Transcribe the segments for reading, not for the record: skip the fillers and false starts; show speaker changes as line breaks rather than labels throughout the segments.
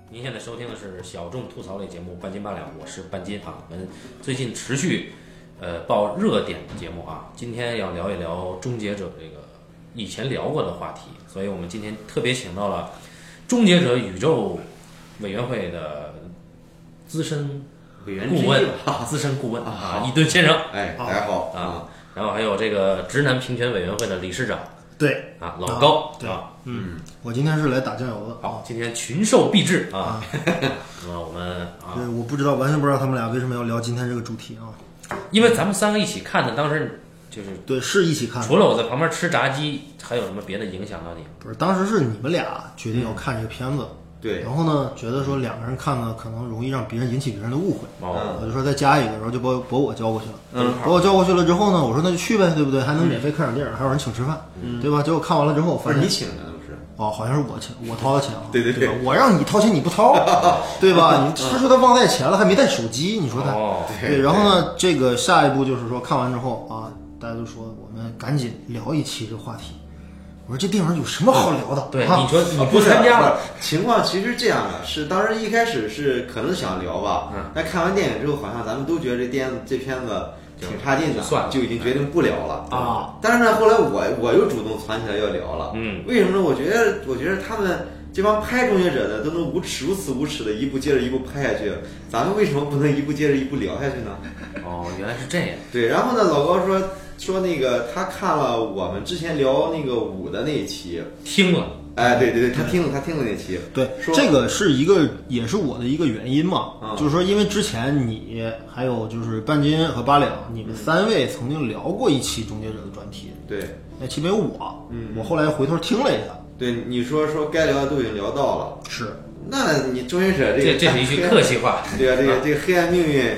您现在收听的是小众吐槽类节目《半斤八两》，我是半斤啊。我们最近持续报热点的节目啊，今天要聊一聊《终结者》这个以前聊过的话题，所以我们今天特别请到了《终结者》宇宙委员会的资深顾问、资深顾问啊，一吨先生。
哎，大家好
啊。然后还有这个直男平权委员会的理事长。
对
啊，老高
对啊，我今天是来打酱油的。
好，今天群兽毕至啊。那么我们啊，
对，我不知道，完全不知道他们俩为什么要聊今天这个主题啊。
因为咱们三个一起看的，当时就是
对，是一起看的。
除了我在旁边吃炸鸡，还有什么别的影响到你？
不是，当时是你们俩决定要看这个片子。
对，
然后呢，觉得说两个人看呢，可能容易让别人引起别人的误会。
哦，
我就说再加一个，然后就把我叫过去了。把我叫过去了之后呢，我说那就去呗，对不对？还能免费看场电影，还有人请吃饭，对吧？结果看完了之后，发现
你请的不是？
哦，好像是我请，我掏的钱啊。
对，
我让你掏钱你不掏，对吧？他说他忘带钱了，还没带手机，你说他？对。然后呢，这个下一步就是说看完之后啊，大家就说我们赶紧聊一期这个话题。我说这电影有什么好聊的？
对，你说你不参加了，
情况其实这样的，是当时一开始是可能想聊吧，但看完电影之后，好像咱们都觉得这片子挺差劲的，就已经决定不聊了啊。但是呢，后来我又主动传起来要聊了，为什么呢？我觉得他们这帮拍终结者的都能如此无耻的一部接着一部拍下去，咱们为什么不能一部接着一部聊下去呢？
哦，原来是这样。
对，然后呢，老高说那个他看了我们之前聊那个舞的那一期，
听了，
哎，对，他听了那期，
对，这个是也是我的一个原因嘛，就是说因为之前你还有就是半斤和八两，你们三位曾经聊过一期终结者的专题，
对，
那期没有我，我后来回头听了一下，
对，你说该聊的都已经聊到了，
是，
那你终结者这
是一句客气话，
对啊，这个黑暗命运。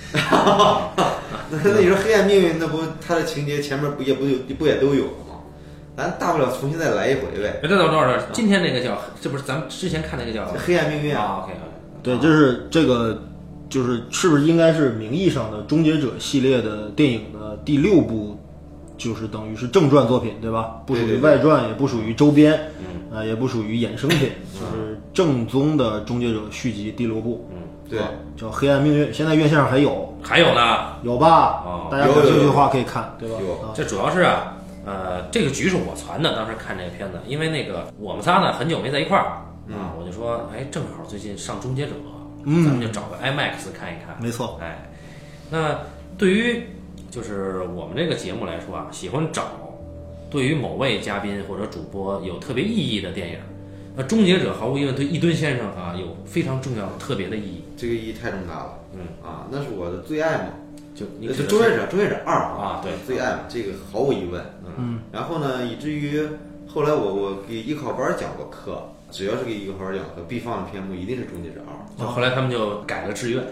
那你说黑暗命运，那不他的情节前面不也都有了吗？咱大不了重新再来一回呗。
等会，今天那个叫，这不是咱们之前看那个叫
黑暗命运
啊 ？OK，
对，就是这个，是不是应该是名义上的终结者系列的电影的第6部，就是等于是正传作品，对吧？不属于外传，也不属于周边，也不属于衍生品，就是正宗的终结者续集第6部。
对，
叫《黑暗命运》，现在院线上还有
呢，
有吧？大家感兴趣的话可以看，对吧？
这主要是这个局是我传的，当时看这个片子，因为那个我们仨呢很久没在一块儿啊，我就说，哎，正好最近上《终结者》，咱们就找个 IMAX 看一看。
没错，
哎，那对于就是我们这个节目来说啊，喜欢找对于某位嘉宾或者主播有特别意义的电影。那《终结者》毫无疑问对一吨先生啊有非常重要的特别的意义，
这个意义太重大了，那是我的最爱嘛，
就
终结者2
啊，对，
最爱嘛，这个毫无疑问，然后呢，以至于后来我给艺考班讲过课，只要是给艺考班讲课，必放的片目一定是《终结者2》，
就后来他们就改了志愿。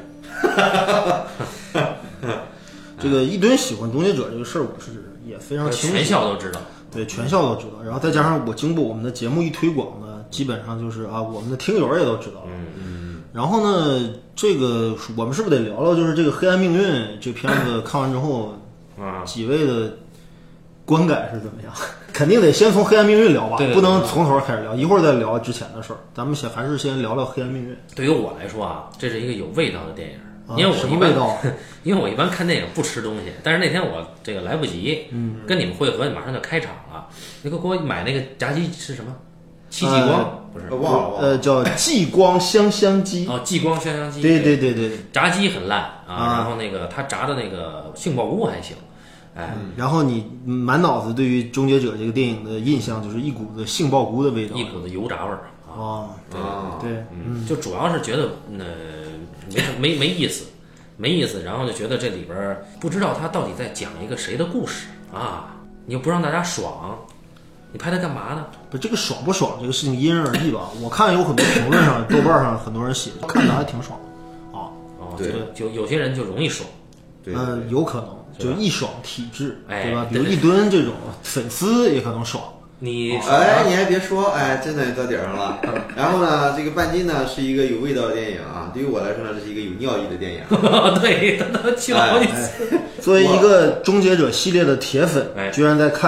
这个一吨喜欢终结者这个事儿，我是也非常清楚，
全校都知道。
对，全校都知道，然后再加上经过我们的节目一推广呢，基本上就是我们的听友也都知道了。然后呢，这个我们是不是得聊聊，就是这个《黑暗命运》这片子看完之后，几位的观感是怎么样？肯定得先从《黑暗命运》聊吧，不能从头开始聊，一会儿再聊之前的事儿。咱们还是先聊聊《黑暗命运》。
对于我来说啊，这是一个有味道的电影。
因为
我一般看电影不吃东西，但是那天我这个来不及，跟你们会合，马上就开场了。你给我买那个炸鸡是什么？戚继光不是？
忘了，
叫继光香香鸡。
哦，继光香香鸡。
对，
炸鸡很烂啊，然后那个他炸的那个杏鲍菇还行，哎，
然后你满脑子对于《终结者》这个电影的印象就是一股子杏鲍菇的味道，
一股子油炸味儿
啊。对，
就主要是觉得没意思，然后就觉得这里边不知道他到底在讲一个谁的故事啊，你又不让大家爽，你拍它干嘛呢？
不，这个爽不爽这个事情因人而异吧。我看有很多评论上，豆瓣上很多人写，看着还挺爽啊。
对，
就有些人就容易爽，
对，
有可能就一爽体质，对吧？
哎，
比如一吨这种粉丝也可能爽。
你
还别说，真的到点上了。然后呢，这个半斤呢是一个有味道的电影啊，对于我来说呢，这是一个有尿意的电影。
对，他去了好几次。
作为一个终结者系列的铁粉，居然在看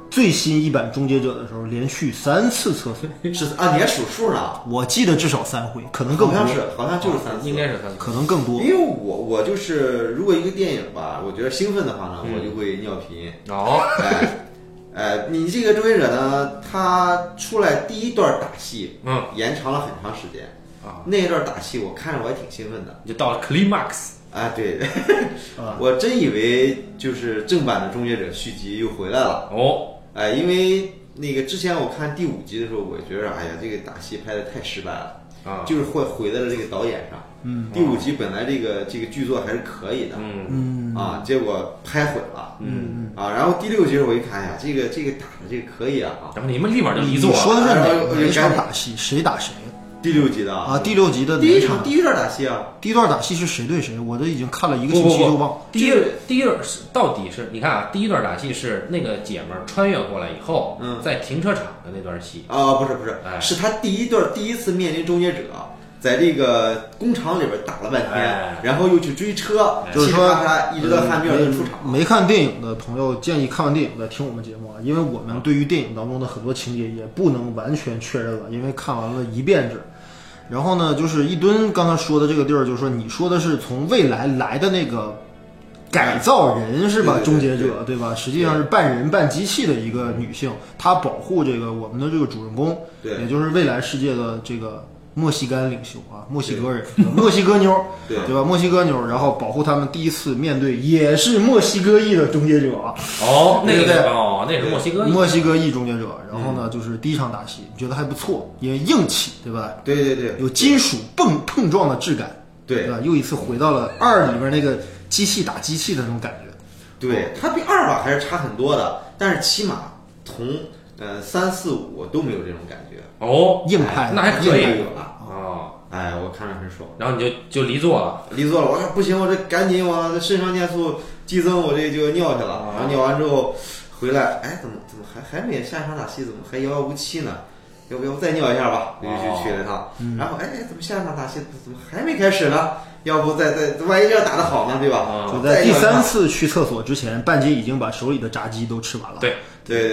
最新一版终结者的时候，连续3次测速。
是啊，你还数数呢？
我记得至少3回，可能更多。
好像就是3次，
应该是3次，
可能更多。
因为我就是如果一个电影吧，我觉得兴奋的话呢，我就会尿频。
哦，
你这个终结者呢，它出来第一段打戏，延长了很长时间
啊。
那一段打戏我看着我还挺兴奋的，
就到了 climax。
对，我真以为就是正版的终结者续集又回来了。因为那个之前我看第5集的时候，我觉得哎呀，这个打戏拍的太失败了啊，就是毁在了这个导演上。第5集本来这个剧作还是可以的，结果拍毁了，然后第6集我一看，哎呀，这个打的这个可以啊，
然后你们立马就离座了。
你说的是哪一场打戏？谁打谁？
第6集的啊，
第6集的
第一场第一段打戏啊，
第一段打戏是谁对谁？我都已经看了1个星期就忘。
第一段到底是你看啊，第一段打戏是那个姐们儿穿越过来以后，在停车场的那段戏
啊，不是，是他第一次面临终结者，在这个工厂里边打了半天，然后又去追车，
就是说
一直到汉密尔顿出场。
没看电影的朋友建议看完电影再听我们节目啊，因为我们对于电影当中的很多情节也不能完全确认了，因为看完了一遍制。然后呢，就是一吨刚才说的这个地儿，就是说你说的是从未来来的那个改造人是吧？终结者对吧？实际上是半人半机器的一个女性，她保护这个我们的这个主人公，也就是未来世界的这个墨西哥领袖啊，墨西哥人，墨西哥妞，对吧？墨西哥妞，然后保护他们第一次面对也是墨西哥裔的终结者。
那是
墨西哥裔终结者。然后呢，就是第一场打戏，觉得还不错，因为硬气，对吧？
对，
有金属碰撞的质感，对吧？又一次回到了2里边那个机器打机器的那种感觉。
对，它比2吧还是差很多的，但是起码从3、4、5都没有这种感觉。
硬派，
那还可以
我看着很爽。
然后你就离座了，
我说不行，我这赶紧往肾上腺素激增，我这就尿去了。然后尿完之后回来，怎么还没下一场打戏，怎么还遥遥无期呢？要不再尿一下吧？就去了一趟。然后怎么下一场打戏怎么还没开始呢？要不再万一这打得好呢，对吧？
就在第3次去厕所之前，半斤已经把手里的炸鸡都吃完了。
对，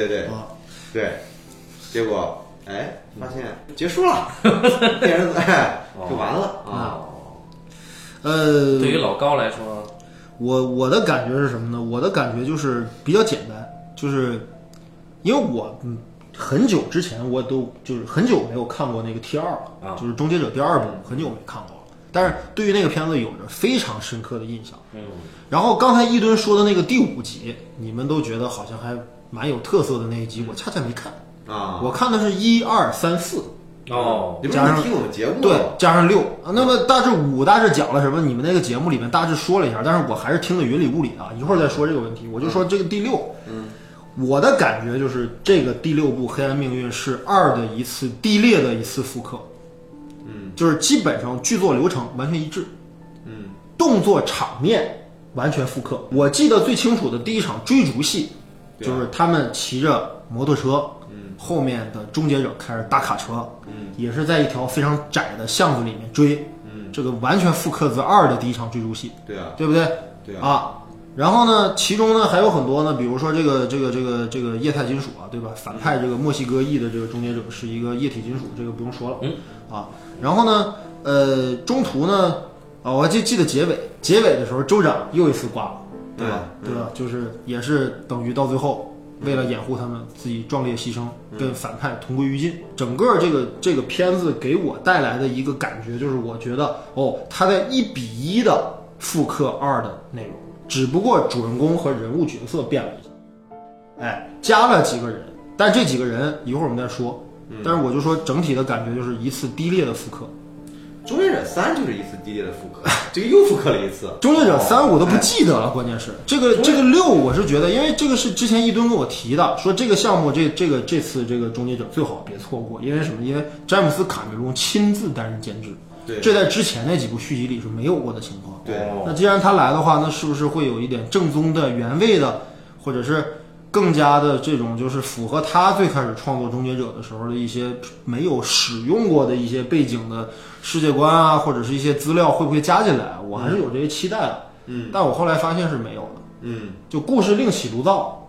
结果发现结束了，电视就完了啊。
对于老高来说，
我的感觉是什么呢？我的感觉就是比较简单，就是因为我很久之前我都就是很久没有看过那个 T2了，就是终结者第2部，很久没看过了。但是对于那个片子有着非常深刻的印象。然后刚才一吨说的那个第5集，你们都觉得好像还蛮有特色的那一集，我恰恰没看
啊。
我看的是1、2、3、4。
加上听我们节目
对，加上6。那么大致5大致讲了什么？你们那个节目里面大致说了一下，但是我还是听得云里雾里的。一会儿再说这个问题，我就说这个第6。我的感觉就是这个第6部《黑暗命运》是2的一次低劣的一次复刻。就是基本上剧作流程完全一致。动作场面完全复刻。我记得最清楚的第一场追逐戏，就是他们骑着摩托车。后面的终结者开着大卡车，也是在一条非常窄的巷子里面追，这个完全复刻自2的第一场追逐戏，对不对？
对
啊。然后呢，其中呢还有很多呢，比如说这个液态金属啊，对吧？反派这个墨西哥裔的这个终结者是一个液体金属，这个不用说了，然后呢，中途呢，我还记得结尾的时候，州长又一次挂了，对吧？就是也是等于到最后。为了掩护他们，自己壮烈牺牲，跟反派同归于尽。整个这个片子给我带来的一个感觉就是，我觉得他在1:1的复刻2的内容，只不过主人公和人物角色变了一下，加了几个人，但这几个人一会儿我们再说。但是我就说整体的感觉就是一次低劣的复刻。
终结者3就是一次低劣的复刻，这个又复刻了一次。
终结者3我都不记得了，关键是这个6，我是觉得，因为这个是之前一吨跟我提的，说这个项目这次这个终结者最好别错过，因为什么？因为詹姆斯卡梅隆亲自担任监制，这在之前那几部续集里是没有过的情况。那既然他来的话，那是不是会有一点正宗的、原味的，或者是更加的这种就是符合他最开始创作终结者的时候的一些没有使用过的一些背景的世界观啊，或者是一些资料会不会加进来？我还是有这些期待的。但我后来发现是没有的。就故事另起炉灶，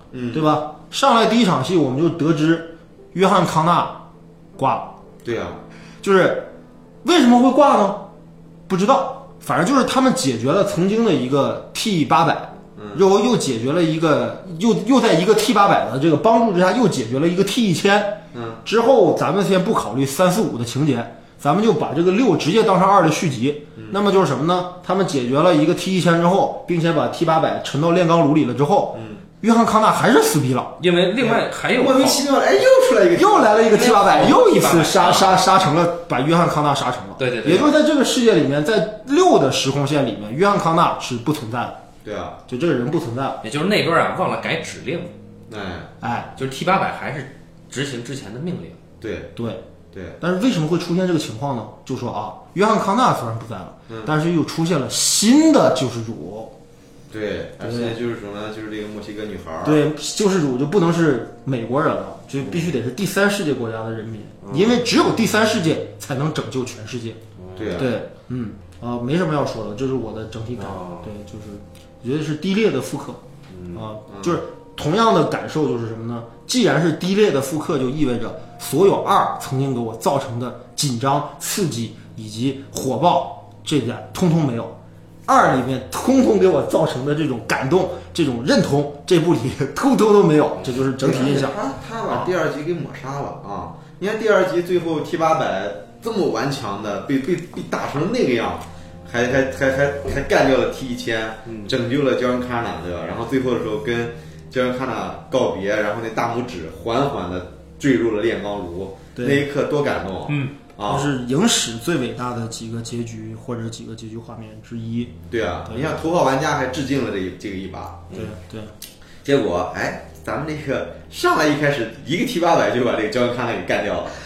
对吧？上来第一场戏我们就得知约翰康纳挂了。
对啊，
就是为什么会挂呢？不知道，反正就是他们解决了曾经的一个 T800，又解决了一个又在一个 T800的这个帮助之下又解决了一个 T1000。之后咱们先不考虑3、4、5的情节，咱们就把这个6直接当成2的续集。那么就是什么呢？他们解决了一个 T1000之后，并且把 T800沉到炼钢炉里了之后，约翰康纳还是死逼了，
因为另外还有
莫名其妙，又出来一个，
又来了一个 T800，又一次杀成了，把约翰康纳杀成了。
对，
也就是在这个世界里面，在6的时空线里面，约翰康纳是不存在的。
对啊，
就这个人不存在了。
也就是那边啊忘了改指令，就是 T800还是执行之前的命令。
对，
但是为什么会出现这个情况呢？就说啊，约翰康纳虽然不在了，但是又出现了新的救世主。
对，而且救世主呢，就是这个墨西哥女孩。
对，救世主就不能是美国人了，就必须得是第三世界国家的人民，因为只有第三世界才能拯救全世界。
对，
没什么要说的，这是我的整体感受。对，就是我觉得是低劣的复刻就是同样的感受就是什么呢？既然是低劣的复刻，就意味着所有2曾经给我造成的紧张、刺激以及火爆这点通通没有。2里面通通给我造成的这种感动、这种认同，这部里通通都没有，这就是整体印象。
他把第2集给抹杀了啊！你看第2集最后 T800这么顽强的被打成那个样，还干掉了 T1000，拯救了焦恩卡纳，对吧？然后最后的时候跟焦恩卡纳告别，然后那大拇指缓缓的坠入了炼钢炉，那一刻多感动！
就是影史最伟大的几个结局或者几个结局画面之一。
对啊，你看头号玩家还致敬了这个一把。
对。
结果咱们这个上来一开始一个 T800就把这个焦恩卡纳给干掉了。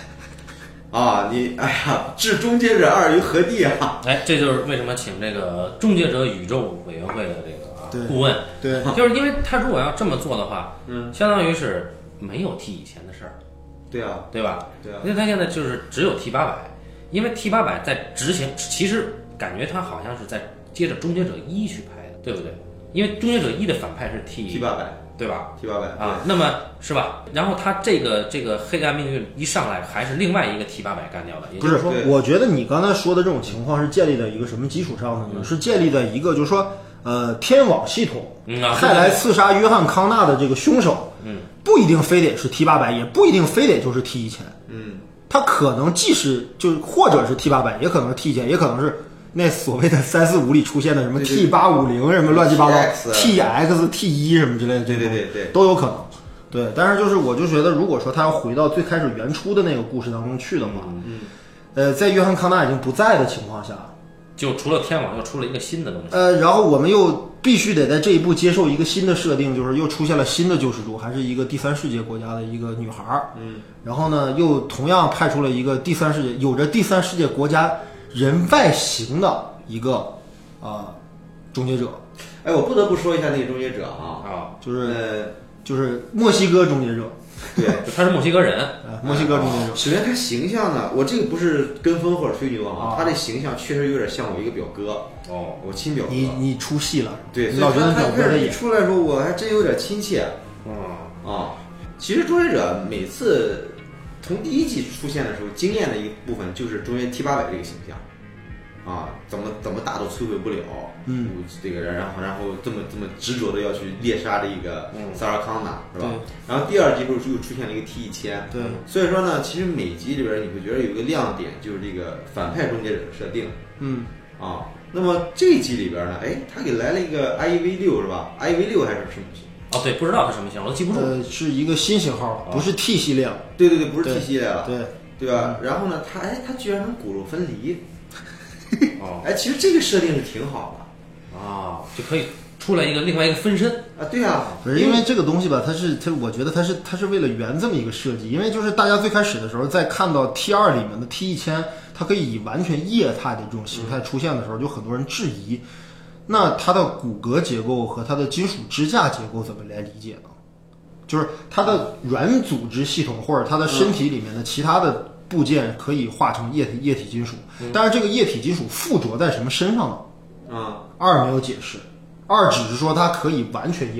置终结者2于何地啊？
这就是为什么请这个终结者宇宙委员会的这个顾问。
对，
就是因为他如果要这么做的话，相当于是没有 T1000的事儿。
对啊，
对吧？
对啊，
因为他现在就是只有 T800，因为 T800在执行，其实感觉他好像是在接着终结者1去拍的，对不对？因为终结者1的反派是 T800，
对吧？T800
啊，那么是吧？然后他这个黑暗命运一上来还是另外一个 T800干掉的，也就是说，
我觉得你刚才说的这种情况是建立在一个什么基础上呢？是建立在一个就是说，天网系统派来刺杀约翰康纳的这个凶手，不一定非得是 T800，也不一定非得就是 T1000，他可能既是或者是 T800，也可能是 T1000，也可能是那所谓的3、4、5里出现的什么 T850什么乱七八糟 TX T1什么之类的，
对
都有可能。对，但是我就觉得，如果说他要回到最开始原初的那个故事当中去的话，在约翰康纳已经不在的情况下，
就除了天网又出了一个新的东西。
然后我们又必须得在这一步接受一个新的设定，就是又出现了新的救世主，还是一个第三世界国家的一个女孩。然后呢，又同样派出了一个有着第三世界国家人外形的一个终结者。
我不得不说一下那个终结者
就是墨西哥终结者。
对，
他是墨西哥人，
墨西哥终结者。
首先他形象呢，我这个不是跟风或者吹牛他这形象确实有点像我一个表哥我亲表哥。
你出戏了，
对，
你老觉得表哥的演
出来的时候，我还真有点亲切。其实终结者每次从第1季出现的时候，惊艳的一个部分就是终结 T800这个形象怎么打都摧毁不了，这个人，然后这么执着的要去猎杀这个萨尔康纳，是吧？然后第2集不是又出现了一个 T1000，
对，
所以说呢，其实每集里边你会觉得有一个亮点，就是这个反派终结者的设定，那么这一集里边呢，他给来了一个 IEV6 是吧 ？IEV6 还是什么型？
对，不知道是什么型，我都记不住。
是一个新型号，不是 T 系列了。
对，不是 T 系列了，对吧？然后呢，他居然能骨肉分离。其实这个设定是挺好的
就可以出来另外一个分身
对啊，
不是因为这个东西吧，我觉得它是为了圆这么一个设计，因为就是大家最开始的时候，在看到 T2里面的 T1000，它可以以完全液态的这种形态出现的时候，就很多人质疑，那它的骨骼结构和它的金属支架结构怎么来理解呢？就是它的软组织系统或者它的身体里面的其他的部件可以化成液体金属，但是这个液体金属附着在什么身上呢？2没有解释，2只是说它可以完全液化。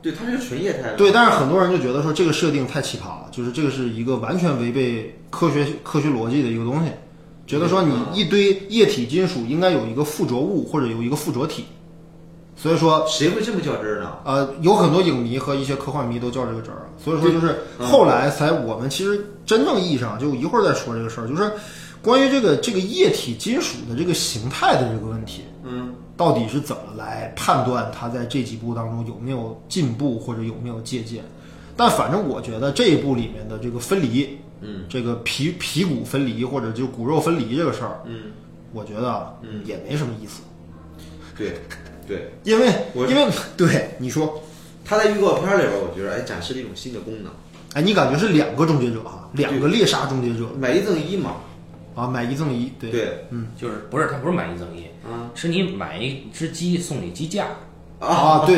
对，它是个纯液态的。
对，但是很多人就觉得说这个设定太奇葩了，就是这个是一个完全违背科学逻辑的一个东西，觉得说你一堆液体金属应该有一个附着物或者有一个附着体，所以说
谁会这么较真儿呢？
有很多影迷和一些科幻迷都较这个真儿，所以说就是后来才我们其实真正意义上就一会儿再说这个事儿，就是关于这个液体金属的这个形态的这个问题，到底是怎么来判断它在这几部当中有没有进步或者有没有借鉴？但反正我觉得这一部里面的这个分离，这个皮骨分离或者就骨肉分离这个事儿，我觉得也没什么意思。
对，
因为对你说，
他在预告片里边，我觉得展示了一种新的功能。
你感觉是2个终结者哈，2个猎杀终结者，
买1赠1嘛？
买1赠1，对，
就是它不是买1赠1，是你买一只鸡送你鸡架。
对，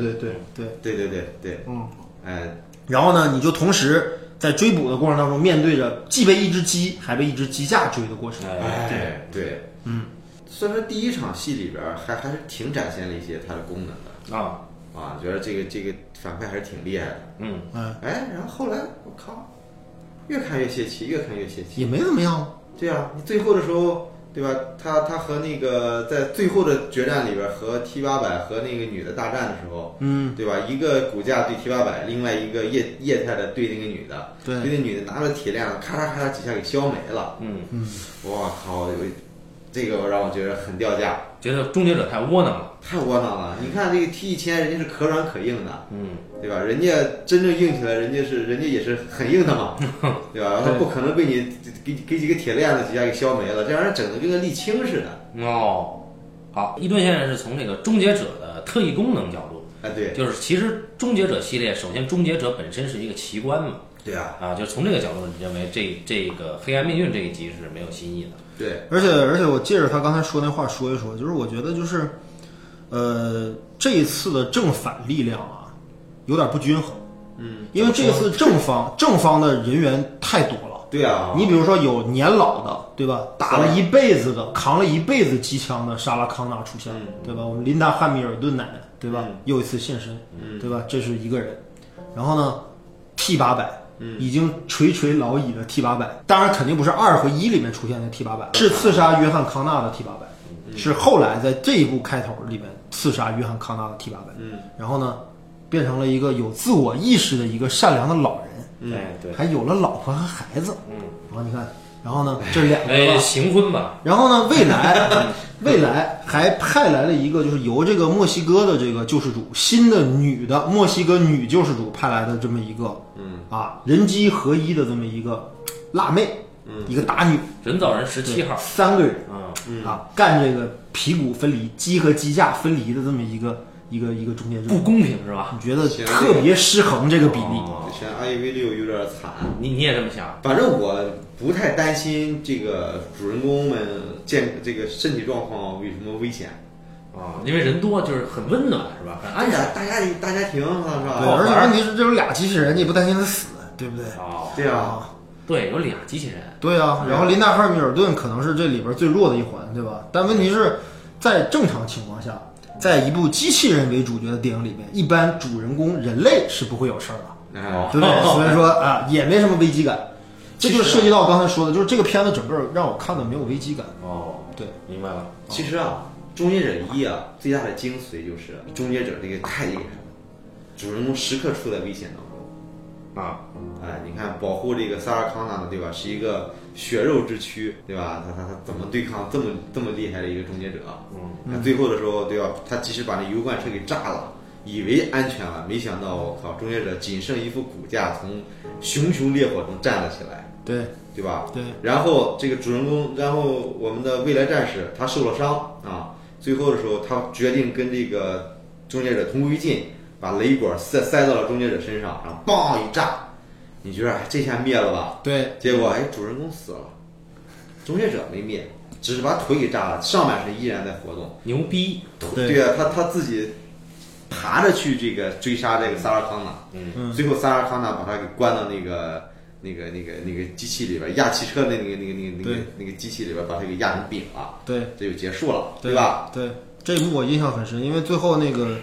然后呢，你就同时在追捕的过程当中，面对着既被一只鸡还被一只鸡架追的过程。
对，虽然说第一场戏里边还是挺展现了一些它的功能的觉得这个反派还是挺厉害的。然后后来我靠，越看越泄气，也
没怎么样。
对啊，你最后的时候，对吧？他和那个在最后的决战里边和 T800和那个女的大战的时候，对吧？一个骨架对 T800，另外一个液态的对那个女的，对那女的拿着铁链子咔嚓咔嚓几下给削没了。我靠，这个让我觉得很掉价，
觉得终结者太窝囊
了。你看这个 T1000，人家是可软可硬的，对吧？人家真正硬起来，人家也是很硬的嘛，对吧？他不可能被你给几个铁链子几下给削没了，这玩意儿整的跟个沥青似的。
好，伊顿现在是从这个终结者的特异功能角度，
对，
就是其实终结者系列，首先终结者本身是一个奇观嘛，
对啊，
就从这个角度认为这个黑暗命运这一集是没有新意的。
对，
而且我借着他刚才说那话说一说，就是我觉得就是这一次的正反力量有点不均衡。因为这次正方的人员太多了。
对啊，
你比如说有年老的，对吧？打了一辈子的，扛了一辈子机枪的莎拉康纳出现，对吧？我们琳达汉密尔顿奶奶，对吧？又一次现身，对吧？这是一个人。然后呢 ，T800，已经垂老矣的 T800，当然肯定不是2和1里面出现的 T800，是刺杀约翰康纳的 T800，是后来在这一部开头里面刺杀约翰康纳的 T800。然后呢，变成了一个有自我意识的一个善良的老人。
对，
还有了老婆和孩子。然后你看，然后呢，这2个
行婚吧。
然后呢，未来还派来了一个，就是由这个墨西哥的这个救世主，新的女的墨西哥女救世主派来的这么一个，人机合一的这么一个辣妹，一个打女，
人造人17号
，3个人，干这个皮骨分离、鸡和鸡架分离的这么一个中间
不公平是吧？
你觉得特别失衡这个比例？
选IEV6有点惨，
你也这么想？
反正我不太担心这个主人公们这个身体状况有什么危险
因为人多就是很温暖是吧？很安全，
大家庭是吧？
对，而且问题是这有俩机器人，你也不担心他死，对不对？
对啊，
对，有俩机器人。
对啊，然后琳达汉密尔顿可能是这里边最弱的一环，对吧？但问题是在正常情况下，在一部机器人为主角的电影里面，一般主人公人类是不会有事儿的，对不对？所以说也没什么危机感。这就涉及到我刚才说的，就是这个片子整个让我看的没有危机感。对，
明白了。
其实终结者1最大的精髓就是终结者这个太厉害了，主人公时刻处在危险当中。你看保护这个萨尔康纳的，对吧？是一个血肉之躯，对吧？他怎么对抗这么厉害的一个终结者？最后的时候，对吧？他即使把那油罐车给炸了，以为安全了，没想到我靠，终结者仅剩一副骨架从熊熊烈火中站了起来。对吧？
对。
然后这个主人公，然后我们的未来战士他受了伤最后的时候他决定跟这个终结者同归于尽，把雷管塞到了终结者身上，然后嘣一炸，你觉得这下灭了吧？
对。
结果主人公死了，终结者没灭，只是把腿给炸了，上半身依然在活动。
牛逼！
对啊，他自己爬着去这个追杀这个萨尔康纳，最后萨尔康纳把他给关到那个机器里边，压汽车的那个机器里边，把它给压成饼了。
对，
这就结束了，对吧？
对，这一幕我印象很深，因为最后那个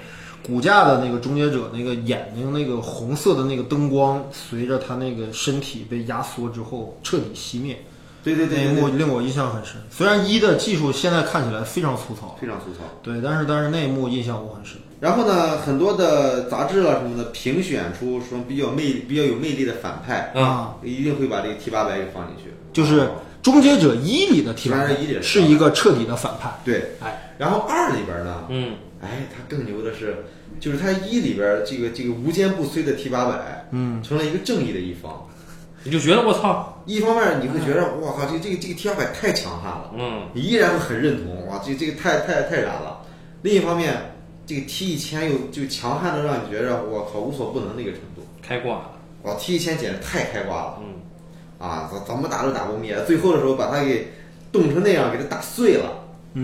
骨架的那个终结者那个眼睛那个红色的那个灯光，随着他那个身体被压缩之后彻底熄灭。
对，那
一幕令我印象很深。虽然一的技术现在看起来非常粗糙，对，但是那一幕印象我很深。
然后呢，很多的杂志啊什么的评选出什么比较有魅力的反派啊，一定会把这个 T800给放进去。
就是终结者1里的 T800 是一个彻底的反派。
对，然后2里边呢，他更牛的是，就是他1里边这个无坚不摧的 T800，成了一个正义的一方。
你就觉得我操，
一方面你会觉得哇靠，这个 T800 太强悍了，你依然会很认同，哇，这个太燃了。另一方面，这个 T1000又就强悍的让你觉得我靠无所不能那个程度，
开挂了。
哇 ，T1000 简直太开挂了，怎么打都打不灭，最后的时候把它给冻成那样，给它打碎了，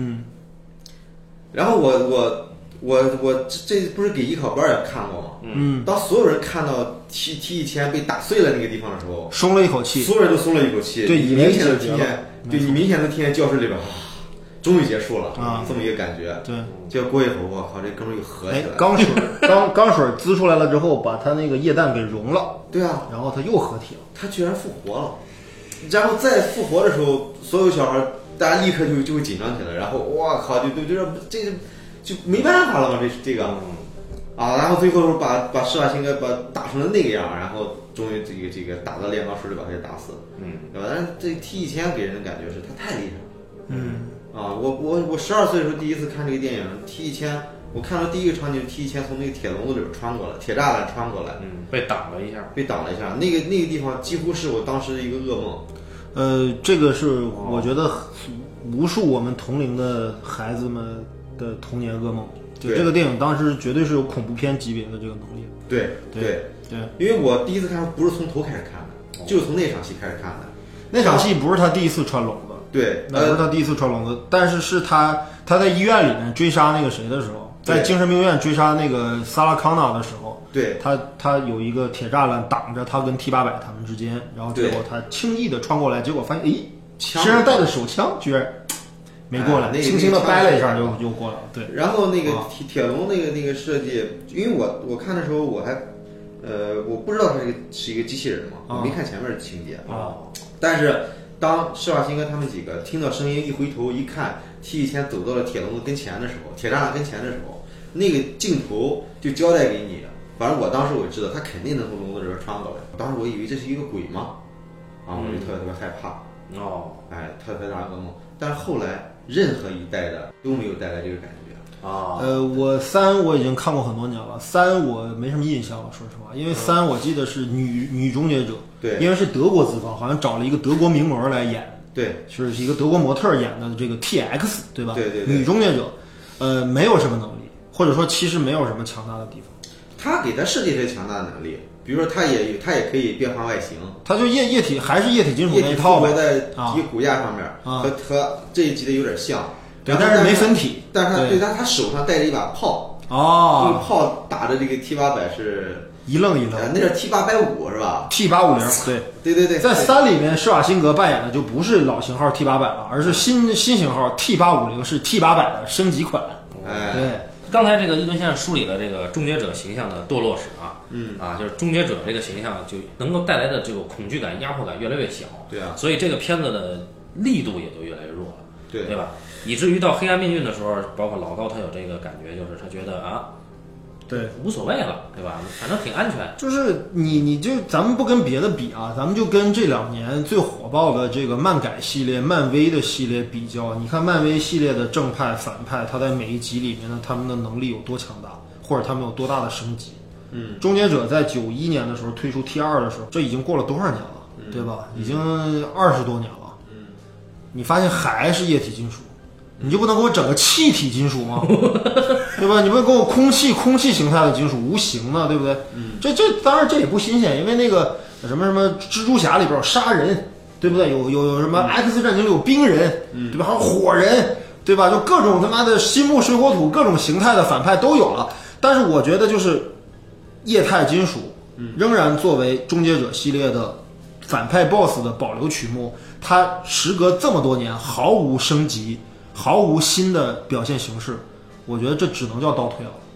然后我这不是给艺考班也看过吗？当所有人看到 T1000 被打碎了那个地方的时候，
松了一口气，
所有人都松了一口气。对，你明显的听见教室里边终于结束了这么一个感觉。
对，
结果过一会儿，我靠，这哥们又合起来了。
钢水滋出来了之后，把他那个液弹给融了。
对啊，
然后他又合体了，
他居然复活了。然后再复活的时候，所有小孩大家立刻就会紧张起来，然后我靠，这就没办法了嘛，这个然后最后把施瓦辛格打成了那个样，然后终于这个打到炼钢水里把他给打死，对吧？但是这 T1000 给人的感觉是他太厉害了，我12岁的时候第一次看这个电影 T1000，我看到第一个场景 T1000 从那个铁笼子里边穿过来，铁栅栏穿过来，
被挡了一下，
那个地方几乎是我当时的一个噩梦。
这个是我觉得无数我们同龄的孩子们的童年噩梦。就这个电影当时绝对是有恐怖片级别的这个能力。
对，因为我第一次看不是从头开始看的，就是从那场戏开始看的。
那场戏不是他第一次穿笼子，
对，
那不是他第一次穿笼子，但是他在医院里面追杀那个谁的时候，在精神病院追杀那个萨拉康纳的时候，
对，
他有一个铁栅栏挡着他跟 T800他们之间，然后结果他轻易的穿过来，结果发现身上带着手枪居然没过来，轻轻的掰了一下就过来了。对，
然后那个铁笼那个设计，因为我看的时候我还我不知道它是一个机器人嘛，我没看前面的情节但是当施瓦辛格他们几个听到声音一回头一看 T1000 走到了铁笼子跟前的时候，铁栅栏跟前的时候，那个镜头就交代给你，反正我当时我知道他肯定能从笼子里边穿过来，当时我以为这是一个鬼嘛，我就特别害怕特别大噩梦。但是后来任何一代的都没有带来这个感觉
我3我已经看过很多年了，3我没什么印象了，说实话，因为3我记得是女终结者，
对，
因为是德国资方，好像找了一个德国名模来演，
对，
是一个德国模特演的这个 TX， 对吧？
对，
女终结者，没有什么能力，或者说其实没有什么强大的地方。
他给他设计这强大的能力，比如说他也可以变换外形，
他就液体还是液体金属那一套呗，
在一个骨架上面和这一集的有点像。
对，但是没分体。
但是他手上带着一把炮用炮打着这个 T800是
一愣一愣，
那是 T850是吧
？T850，对。在3里面，施瓦辛格扮演的就不是老型号 T800了，而是新型号 T850，是 T800的升级款。对。
刚才这个伊顿先生梳理了这个终结者形象的堕落史就是终结者这个形象就能够带来的这个恐惧感、压迫感越来越小，
对啊，
所以这个片子的力度也就越来越弱了，
对
吧？以至于到黑暗命运的时候，包括老高他有这个感觉，就是他觉得
对，
无所谓了，对吧？反正挺安全。
就是你就咱们不跟别的比咱们就跟这2年最火爆的这个漫改系列、漫威的系列比较。你看漫威系列的正派、反派，他在每一集里面呢，他们的能力有多强大，或者他们有多大的升级。终结者在91年的时候推出 T2的时候，这已经过了多少年了，对吧？已经20多年了。你发现还是液体金属。你就不能给我整个气体金属吗？对吧？你不能给我空气形态的金属，无形的，对不对？这当然这也不新鲜，因为那个什么蜘蛛侠里边有杀人，对不对？有什么 X 战警里有冰人，对吧？还有火人，对吧？就各种他妈的新木水火土各种形态的反派都有了。但是我觉得就是液态金属仍然作为终结者系列的反派 BOSS 的保留曲目，它时隔这么多年毫无升级。毫无新的表现形式，我觉得这只能叫倒退了。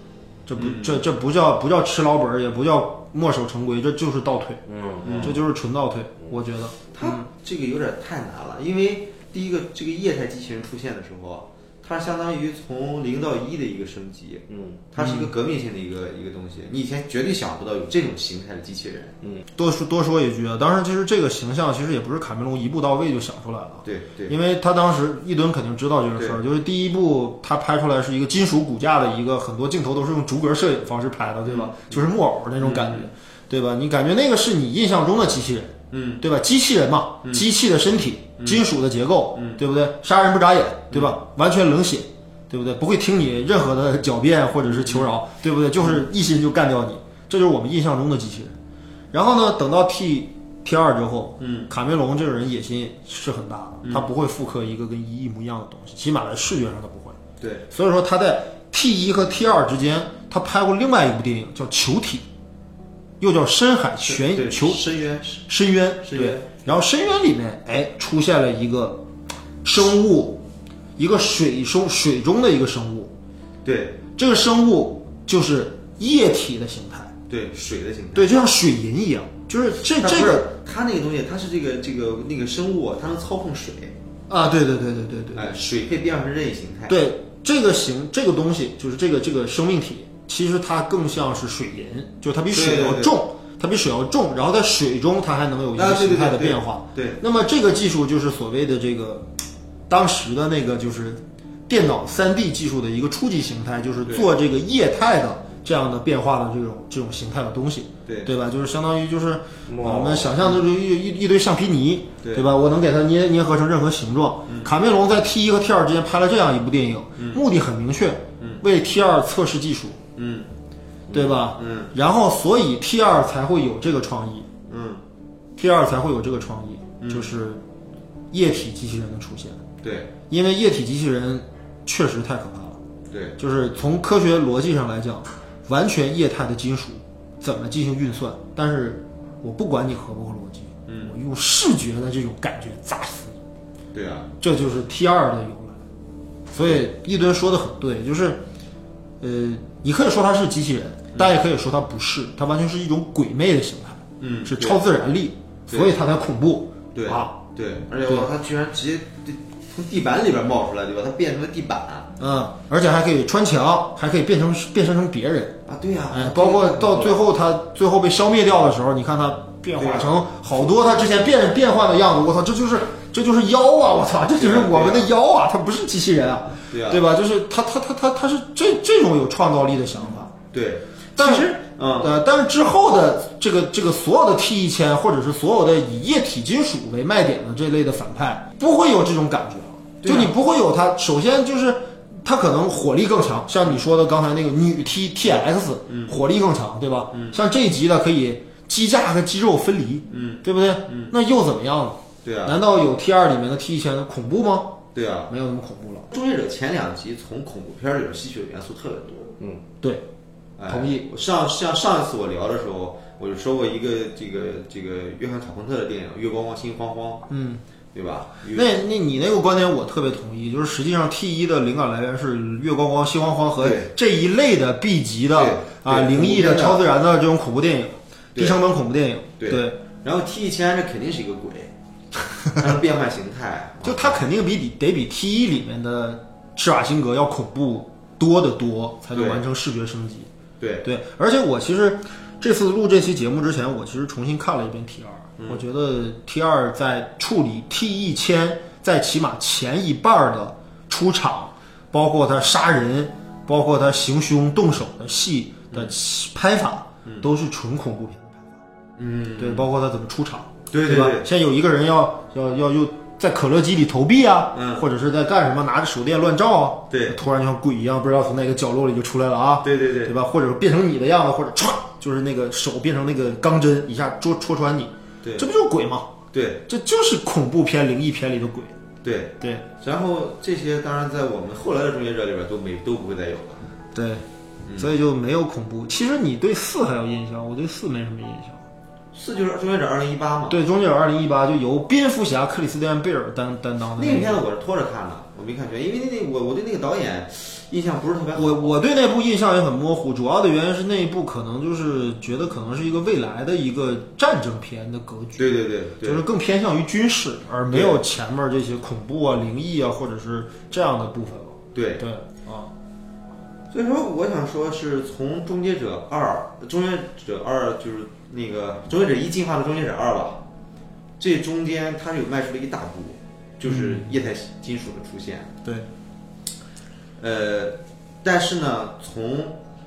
这不叫吃老本，也不叫墨守成规，这就是倒退。这就是纯倒退。我觉得
它这个有点太难了，因为第一个，这个液态机器人出现的时候，它相当于从0到1的一个升级，它是一个革命性的一个东西，你以前绝对想不到有这种形态的机器人。
多说一句啊，当然其实这个形象其实也不是卡梅隆一步到位就想出来了，
对，
因为他当时一吨肯定知道这个事儿，就是第一部他拍出来是一个金属骨架的一个，很多镜头都是用逐格摄影方式拍的，对吧？就是木偶那种感觉，对吧？你感觉那个是你印象中的机器人，对吧？机器人嘛，机器的身体，金属的结构，对不对？杀人不眨眼，对吧？完全冷血，对不对？不会听你任何的狡辩或者是求饶，对不对？就是一心就干掉你，这就是我们印象中的机器人。然后呢，等到 T2 之后，卡梅隆这个人野心是很大的，他不会复刻一个跟一模一样的东西，起码在视觉上他不会。
对，
所以说他在 T1 和 T2 之间，他拍过另外一部电影叫《球体》，又叫《深海悬球
深渊。
对，然后深渊里面，出现了一个生物，一个水中的一个生物。
对，
这个生物就是液体的形态。
对，水的形态。
对，就像水银一样，就是这个
它那个东西，它是那个生物，它能操控水
啊。对。
水可以变成任意形态。
对，这个东西就是这个生命体。其实它更像是水银，就是它比水要重，它比水要重，然后在水中它还能有一个形态的变化。
对，
那么这个技术就是所谓的这个当时的那个就是电脑3D 技术的一个初级形态，就是做这个液态的这样的变化的这种形态的东西，对吧？就是相当于就是我们想象的就是一堆橡皮泥，对吧？我能给它捏合成任何形状。卡梅隆在 T1 和 T2 之间拍了这样一部电影，目的很明确，为 T2 测试技术。对吧？然后所以 T2 才会有这个创意，T2 才会有这个创意，就是液体机器人的出现。
对，
因为液体机器人确实太可怕了。
对，
就是从科学逻辑上来讲，完全液态的金属怎么进行运算？但是我不管你合不合逻辑，我用视觉的这种感觉砸死你。
对啊，
这就是 T2 的由来。所以一吨说的很对，就是你可以说它是机器人，但也可以说它不是，它完全是一种鬼魅的形态，是超自然力，所以它才恐怖。
对，而且它居然直接从地板里边冒出来，对吧？它变成了地板，
而且还可以穿墙，还可以变身成别人
啊！对呀，
包括到最后它最后被消灭掉的时候，你看它变化成好多它之前变换的样子，我操，这就是妖啊！我操，这就是我们的妖啊！它不是机器人啊，对吧？就是它是这种有创造力的想法。
对，
但是但是之后的这个所有的 T1000或者是所有的以液体金属为卖点的这类的反派，不会有这种感觉。就你不会有它，首先就是它可能火力更强，像你说的刚才那个女 TX，火力更强，对吧？像这一集的可以机架和肌肉分离，对不对？那又怎么样呢？
对啊，
难道有 T2 里面的 T1000恐怖吗？
对啊，
没有那么恐怖了。
终结者前2集从恐怖片里边吸取的元素特别多。
对，同意。
像上一次我聊的时候，我就说过一个这个约翰卡彭特的电影《月光光心慌慌》，对吧？
那你那个观点我特别同意，就是实际上 T1 的灵感来源是月光光心慌慌和这一类的 B 级的灵异的超自然的这种恐怖电影，低成本恐怖电影。对，
然后 T1000 这肯定是一个鬼，它是变换形态，
就它肯定得比 T1 里面的施瓦辛格要恐怖多得多，才能完成视觉升级。对，而且我其实这次录这期节目之前，我其实重新看了一遍 T2。我觉得 T2 在处理 T1000在起码前一半的出场，包括他杀人，包括他行凶动手的戏的拍法，都是纯恐怖片的拍法。对，包括他怎么出场，对吧？现在有一个人要又在可乐机里投币啊，或者是在干什么，拿着手电乱照啊，突然就像鬼一样，不知道从哪个角落里就出来了啊，对吧？或者变成你的样子，或者歘，就是那个手变成那个钢针，一下戳穿你。这不就是鬼吗？
对，
这就是恐怖片、灵异片里的鬼。
对，然后这些当然在我们后来的终结者里边都不会再有了。
对，所以就没有恐怖。其实你对4还有印象，我对4没什么印象。
4就是终结者2018嘛。
对，终结者2018就由蝙蝠侠克里斯蒂安贝尔担当的
那个片子我是拖着看的，我没看全，因为我对那个导演印象不是特别好。
我对那部印象也很模糊，主要的原因是那一部可能就是觉得可能是一个未来的一个战争片的格局。
对，
就是更偏向于军事，而没有前面这些恐怖啊、灵异啊，或者是这样的部分了。
对
啊。
所以说，我想说是从《终结者2》就是那个《终结者1》进化到《终结者2》吧，这中间它是有迈出了一大步，就是液态金属的出现。
对。
但是呢，从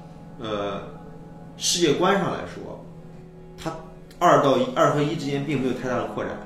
世界观上来说，它2和1之间并没有太大的扩展。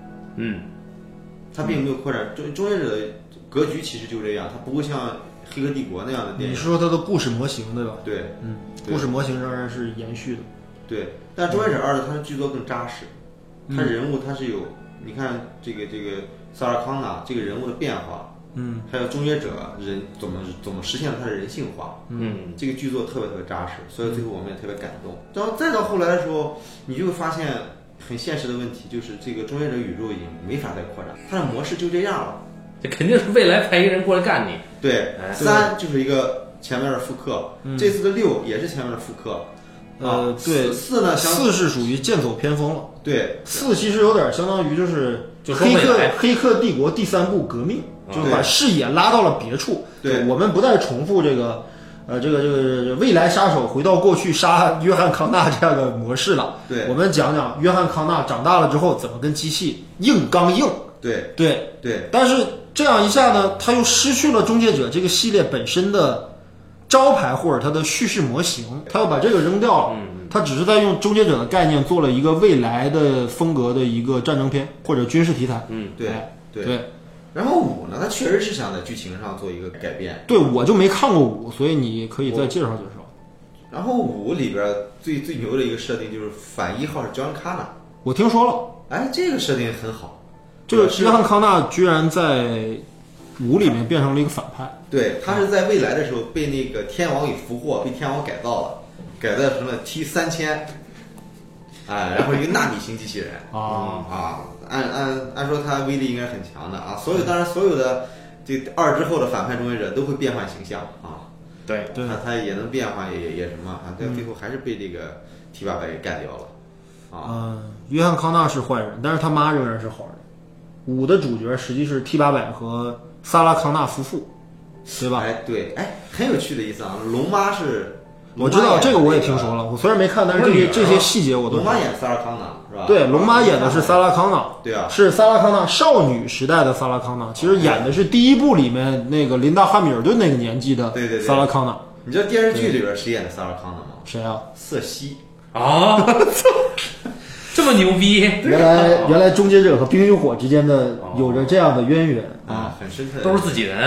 它并没有扩展。终结者的格局其实就这样，它不会像《黑客帝国》那样的电影。
你是说它的故事模型对吧？
对，
故事模型仍然是延续的。
对，但《终结者2》的它的剧作更扎实，它人物它是有，你看这个萨拉康纳这个人物的变化。还有终结者人怎么实现了他的人性化？这个剧作特别扎实，所以最后我们也特别感动。然后再到后来的时候，你就会发现很现实的问题，就是这个终结者宇宙已经没法再扩展，它的模式就这样了。
这肯定是未来派一个人过来干你。
对，3就是一个前面的复刻，这次的6也是前面的复刻。
对
，4呢
，4是属于剑走偏锋了。
对
，4其实有点相当于就是黑客帝国第3部革命。就是把视野拉到了别处。
对，
我们不再重复这个未来杀手回到过去杀约翰康纳这样的模式了。
对，
我们讲讲约翰康纳长大了之后怎么跟机器硬刚硬。
对。
但是这样一下呢，他又失去了终结者这个系列本身的招牌或者它的叙事模型，他又把这个扔掉了。他只是在用终结者的概念做了一个未来的风格的一个战争片或者军事题材。对。
然后5呢，它确实是想在剧情上做一个改变。
对，我就没看过5，所以你可以再介绍介绍。
然后5里边最牛的一个设定就是反1号是乔恩·卡纳，
我听说了。
哎，这个设定很好。
这个约翰·康纳居然在5里面变成了一个反派。
对，他是在未来的时候被那个天王给俘获，被天王改造了，改造成了 T3000。然后一个纳米型机器人按说它威力应该很强的啊，当然所有的这2之后的反派终结者都会变换形象啊，
对，
他也能变换也什么啊，但最后还是被这个 T800给干掉了
约翰康纳是坏人，但是他妈仍然是好人。5的主角实际是 T800和萨拉康纳夫妇，对吧？
对，很有趣的意思啊，龙妈是。
我知道这个，我也听说了。我虽然没看，但是这些细节我都。
龙妈演萨拉康纳是吧？
对，龙妈演的是萨拉康纳。
对啊，
是萨拉康纳少女时代的萨拉康纳。其实演的是第1部里面那个琳达·汉密尔顿那个年纪的萨拉康纳。
你知道电视剧里边谁演的萨拉康纳吗？
谁啊？
瑟西
啊！这么牛逼！
原来终结者和冰与火之间的有着这样的渊源
很深刻，
都是自己人。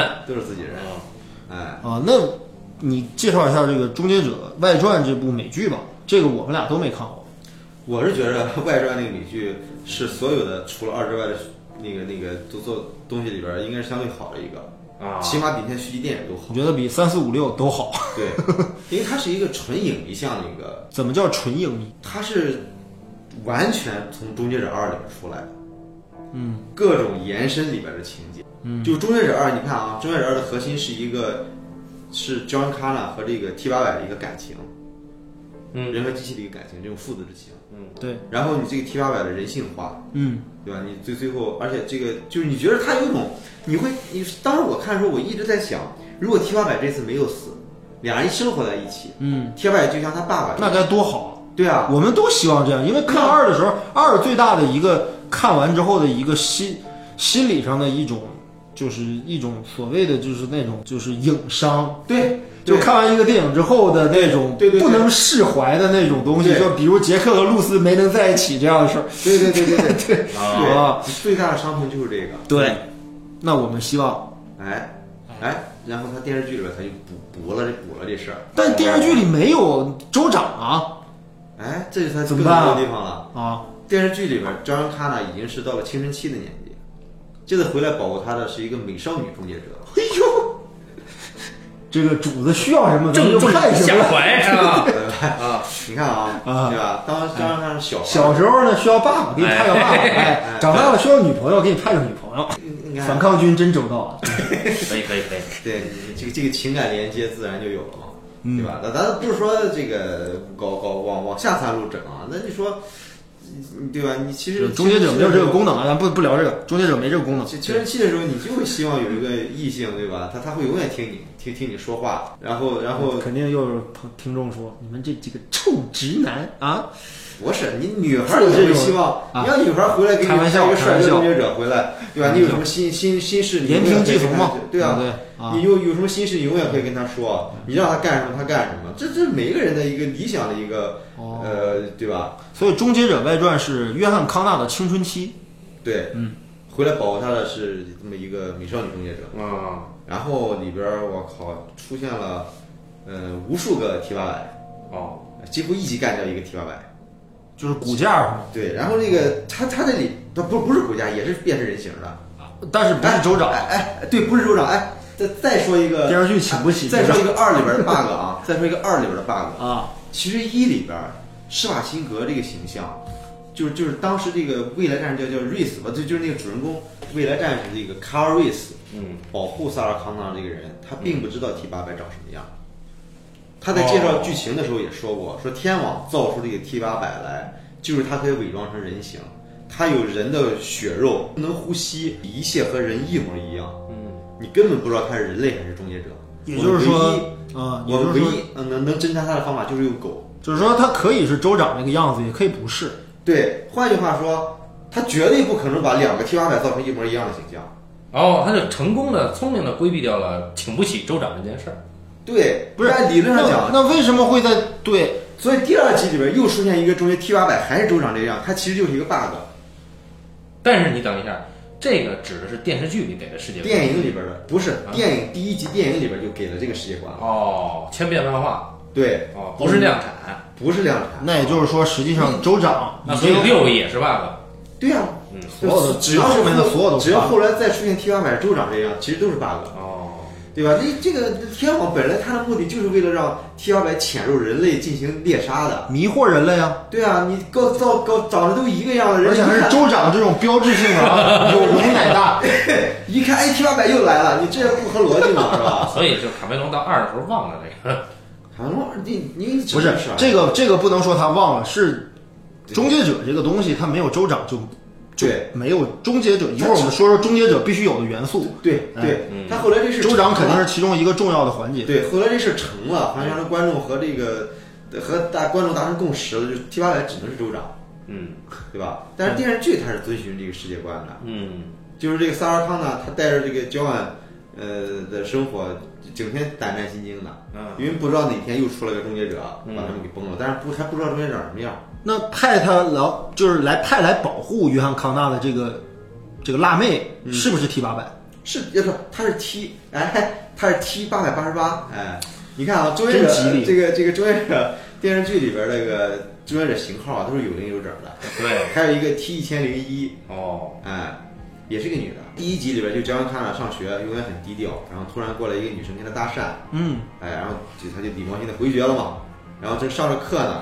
那你介绍一下这个《终结者外传》这部美剧吧，这个我们俩都没看过。
我是觉得外传那个美剧是所有的除了2之外的那个都做东西里边应该是相对好的一个起码比那些续集电影都好。
我觉得比3、4、5、6都好。
对，因为它是一个纯影迷向的一个。
怎么叫纯影迷？
它是完全从《终结者2》里边出来的。各种延伸里边的情节。就《终结者2》，你看啊，《终结者2》的核心是 John Connor 和这个 T800的一个感情，人和机器的一个感情，这种父子之情，
对。
然后你这个 T800的人性化，对吧？你最后，而且这个就是你觉得他有一种，你当时我看的时候，我一直在想，如果 T800这次没有死，俩人生活在一起，T800就像他爸爸，
那该多好啊！
对啊，
我们都希望这样，因为看2的时候，2最大的一个看完之后的一个心理上的一种。就是一种所谓的就是那种就是影伤，
对，
就看完一个电影之后的那种不能释怀的那种东西，就比如杰克和露丝没能在一起这样的事儿。
对最大的伤痛就是这个。
对，那我们希望，
然后他电视剧里边他就补了这事儿，
但电视剧里没有州长啊，
这就他
怎么办
的地方了
啊？
电视剧里边张恩卡纳已经是到了青春期的年纪。这次回来保护他的是一个美少女终结者。
这个主子需要什么，
正中
派
下怀啊！
你看啊，对吧？当然
小时候呢需要爸爸，给你派个爸爸；哎，长大了需要女朋友，给你派个女朋友。反抗军真周到啊！
可以。
对，这个情感连接自然就有了嘛，对吧？咱不是说这个往下三路整啊，那你说，对吧？你其实
终结者没有这个功能啊，咱不聊这个，终结者没这个功能。
青春期的时候，你就会希望有一个异性，对吧？他会永远听你说话，然后
肯定又有听众说，你们这几个臭直男啊！
不是你女孩也会希望，你让女孩回来给你派一个帅哥终结者回来，对吧？你有什么心事，你
言听计从嘛，
对啊，你有什么心事，你永远可以跟他说，你让他干什么他干什么，这每个人的一个理想的一个对吧？
所以《终结者外传》是约翰康纳的青春期，
对，回来保护他的是这么一个美少女终结者然后里边我靠出现了无数个 T800几乎一击干掉一个 T800。
就是骨架是吗？
对，然后那个他这里他不是骨架，也是变成人形的，
但是不是州长？
对，不是州长。再说一个
电视剧请不起。
再说一个2里边的 bug 啊，再说一个2里边的 bug
啊。
其实1里边施瓦辛格这个形象，就是当时这个未来战士叫瑞斯吧，就是那个主人公未来战士这个卡尔瑞斯，保护萨拉康纳这个人，他并不知道 T800长什么样。他在介绍剧情的时候也说过，说天网造出这个 T800来，就是它可以伪装成人形，它有人的血肉，能呼吸，一切和人一模一样。你根本不知道它是人类还是终结者。
也就是说，
我们唯一能侦查它的方法就是用狗。
就是说，它可以是州长那个样子，也可以不是。
对，换句话说，他绝对不可能把2个 T800造成一模一样的形象。
他就成功的、聪明的规避掉了请不起州长这件事儿。
对，
不是
按理论上讲，
那为什么会在对？
所以第2集里边又出现一个终结 T800还是州长这样，它其实就是一个 bug。
但是你等一下，这个指的是电视剧里给的世界观，
电影里边的不是电影第1集电影里边就给了这个世界观了。
千变万化。
对，
不是量产，
不是量产。
那也就是说，实际上州长
所以6个也是 bug。
对呀，
所有的
只要
后面的所有的，
只要后来再出现 T800州长这样，其实都是 bug。对吧？这个天网本来它的目的就是为了让 T800潜入人类进行猎杀的，
迷惑人类啊！
对啊，你长得都一个样的人，
而且还是州长这种标志性的啊，有容乃大，
一看T800又来了，你这不合逻辑嘛，是吧？
所以就卡梅隆到2的时候忘了这个。
卡梅隆，你
不是这个不能说他忘了，是终结者这个东西，他没有州长就没有终结者。一会儿我们说终结者必须有的元素。
对，他后来这事
州长肯定是其中一个重要的环节。
对，后来这事成了，好像让观众和观众达成共识了，就是 T800只能是州长，对吧？但是电视剧它是遵循这个世界观的，就是这个萨尔康纳他带着这个焦安的生活，整天胆战心惊的，因为不知道哪天又出了个终结者把他们给崩了，但是还不知道终结者什么样。那
派他派来保护约翰康纳的这个辣妹是不是 T800？
是，要说他是 T888，你看啊，终结者这个终结者电视剧里边那个终结者型号都是有零有整的，
对，
还有一个 T1001，也是个女的。第1集里边就焦安康纳上学永远很低调，然后突然过来一个女生跟他搭讪，然后他就礼貌性的回绝了嘛，然后正上着课呢，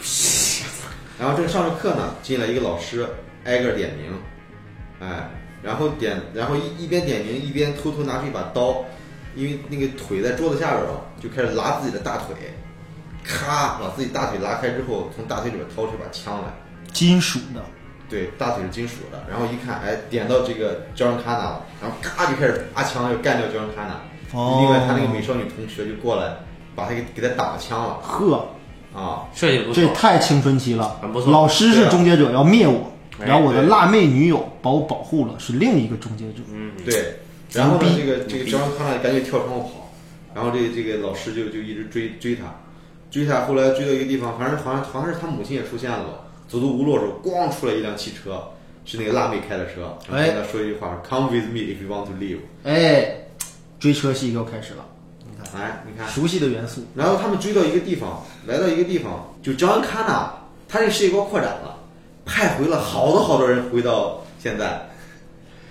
进来一个老师挨个点名，然后一边点名一边偷偷拿出一把刀，因为那个腿在桌子下边了，就开始拉自己的大腿，咔把自己大腿拉开之后，从大腿里边掏出一把枪来，
金属的，
对，大腿是金属的，然后一看，点到这个焦安康纳了，然后咔就开始拔枪要干掉焦安康纳，另外他那个美少女同学就过来把他给他打了枪了，
设计不错，
这太青春期了，
很不错。
老师是终结者要灭我，然后我的辣妹女友把我保护了，是另一个终结者。
对。然后呢，这个焦安康纳赶紧跳窗户跑，然后这个老师就一直追他，后来追到一个地方，反正好像是他母亲也出现了吧，走投无路的时候，咣出来一辆汽车，是那个辣妹开的车，然后跟他说一句话 ，Come with me if you want to live。追车戏又开始了。你看
熟悉的元素。
然后他们追到一个地方，来到一个地方，就焦安康纳，他这个世界观扩展了，派回了好多人回到现在。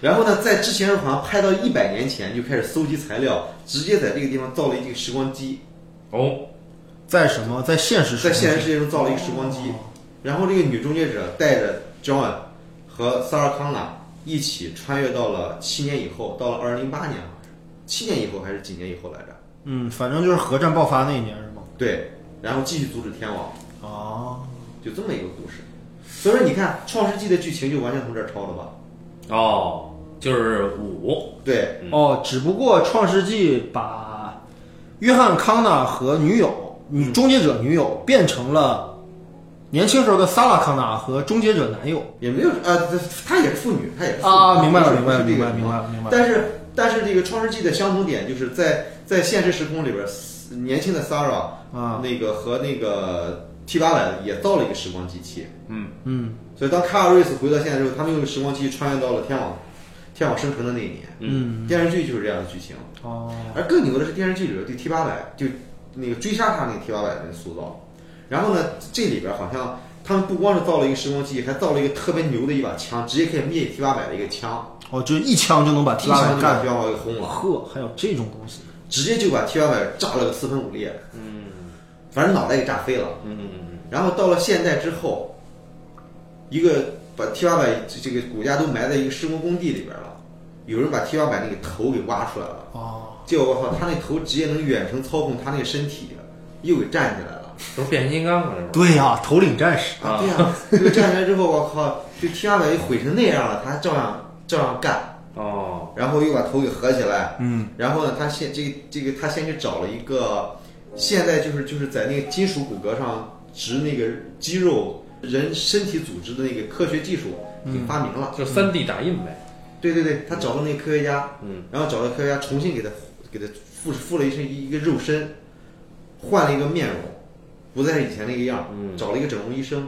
然后呢，在之前好像拍到100年前就开始搜集材料，直接在这个地方造了一个时光机。
在什么？在现实
世界中造了一个时光机，然后这个女终结者带着 John 和萨尔康纳一起穿越到了7年以后，到了2008年，好像是7年以后还是几年以后来着？
反正就是核战爆发那一年是吗？
对，然后继续阻止天网。就这么一个故事。所以说你看《创世纪》的剧情就完全从这儿抄的吧？
就是5。
对，
只不过《创世纪》把约翰康纳和终结者女友变成了年轻时候的萨拉康纳和终结者男友，
也没有她也是妇女，她也是妇女
明白了。
但是这个《创世纪》的相同点就是在现实时空里边，年轻的 Sarah 那个和那个 T800也造了一个时光机器。所以当卡尔瑞斯回到现在之后，他们用时光机穿越到了天网生成的那一年。电视剧就是这样的剧情。而更牛的是电视剧里边对 T800就那个追杀他那个 T800的塑造。然后呢，这里边好像他们不光是造了一个时光机，还造了一个特别牛的一把枪，直接可以灭800的一个枪。
就是一枪就能把 T800
干掉给轰了。
还有这种东西，
直接就把 T800炸了个4分5裂。反正脑袋给炸飞了。然后到了现代之后，一个把 T800这个骨架都埋在一个施工工地里边了，有人把 T800那个头给挖出来了。结果我靠，他那头直接能远程操控他那个身体，又给站起来了。
都是变形金刚了，
对呀，头领战士
对呀，这个站起来之后，我靠，就 T800毁成那样了，他还照样干。然后又把头给合起来。然后呢，他先他先去找了一个，现在就是在那个金属骨骼上植那个肌肉人身体组织的那个科学技术已经发明了，
就3D 打印呗。
对，他找到那个科学家，然后找到科学家重新给他附了一个肉身，换了一个面容，不再是以前那个样，找了一个整容医生，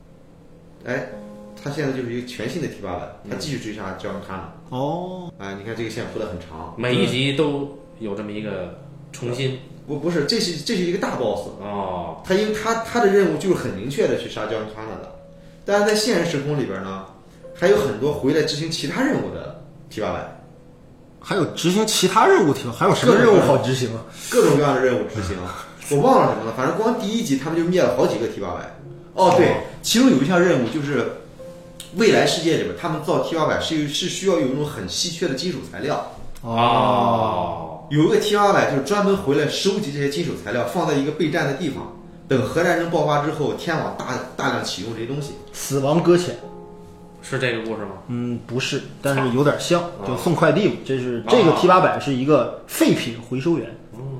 他现在就是一个全新的 T800，他继续追杀焦恩卡纳。你看这个线铺得很长，
每一集都有这么一个重新。
不是，这是一个大 boss。他因为他的任务就是很明确的去杀焦恩卡纳的，但是在现实时空里边呢，还有很多回来执行其他任务的 T800。
还有执行其他任务还有什么任务好执行啊？
各种各样的任务执行，我忘了什么了，反正光第1集他们就灭了好几个 T800。对，其中有一项任务就是未来世界里边，他们造 T800是需要有一种很稀缺的金属材料。有一个 T800就是专门回来收集这些金属材料，放在一个备战的地方，等核战争爆发之后，天网大量启用这些东西。
死亡搁浅
是这个故事吗？
不是，但是有点像，就送快递嘛。这个 T800是一个废品回收员。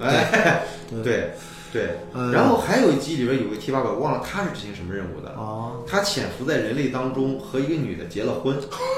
对。然后还有一集里边有个 T800，我忘了他是执行什么任务的。他潜伏在人类当中，和一个女的结了婚。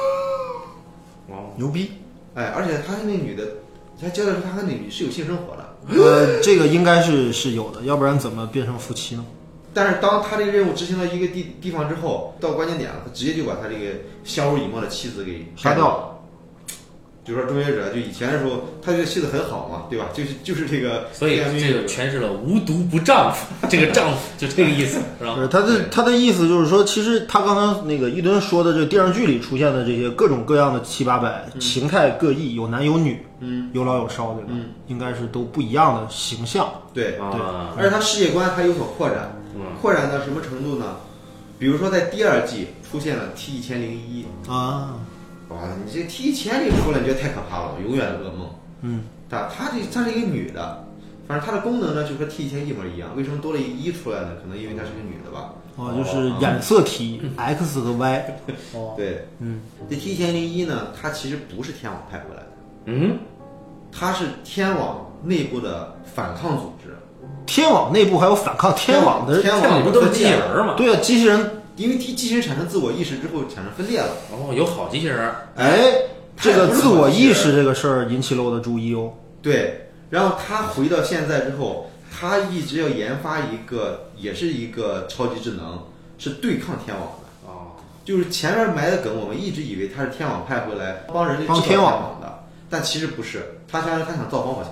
牛逼！
而且他和那女的，他交代说他和那女是有性生活的。
这个应该是有的，要不然怎么变成夫妻呢？
但是当他这个任务执行到一个地方之后，到关键点了，他直接就把他这个相濡以沫的妻子给
杀掉了。
就说终结者就以前的时候，他这个妻子很好嘛，对吧？就是这个，
所以这个诠释了无毒不丈夫，这个丈夫就这个意思，是吧？
他的意思就是说，其实他刚才那个一吨说的这个电视剧里出现的这些各种各样的700-800，形态各异，有男有女，有老有少，对吧？应该是都不一样的形象。
对。而且他世界观还有所扩展，扩展到什么程度呢？比如说在第2季出现了 T1001。你这 T1000出来，你觉得太可怕了，永远的噩梦。她是一个女的，反正她的功能呢就和 T1000一模一样。为什么多了一个1出来呢？可能因为她是个女的吧。
就是染色体X 和 Y。
对，这 T1001呢，它其实不是天网派回来的。它是天网内部的反抗组织。
天网内部还有反抗天网的？
天网
不都是机器人吗？
对啊，机器人。
因为机器人产生自我意识之后产生分裂了。
有好机器人。
这个自我意识这个事儿引起了我的注意。
对，然后他回到现在之后，他一直要研发也是一个超级智能，是对抗天网的。就是前面埋的梗，我们一直以为他是天网派回来帮人类制造天网的，但其实不是，他想造防火墙。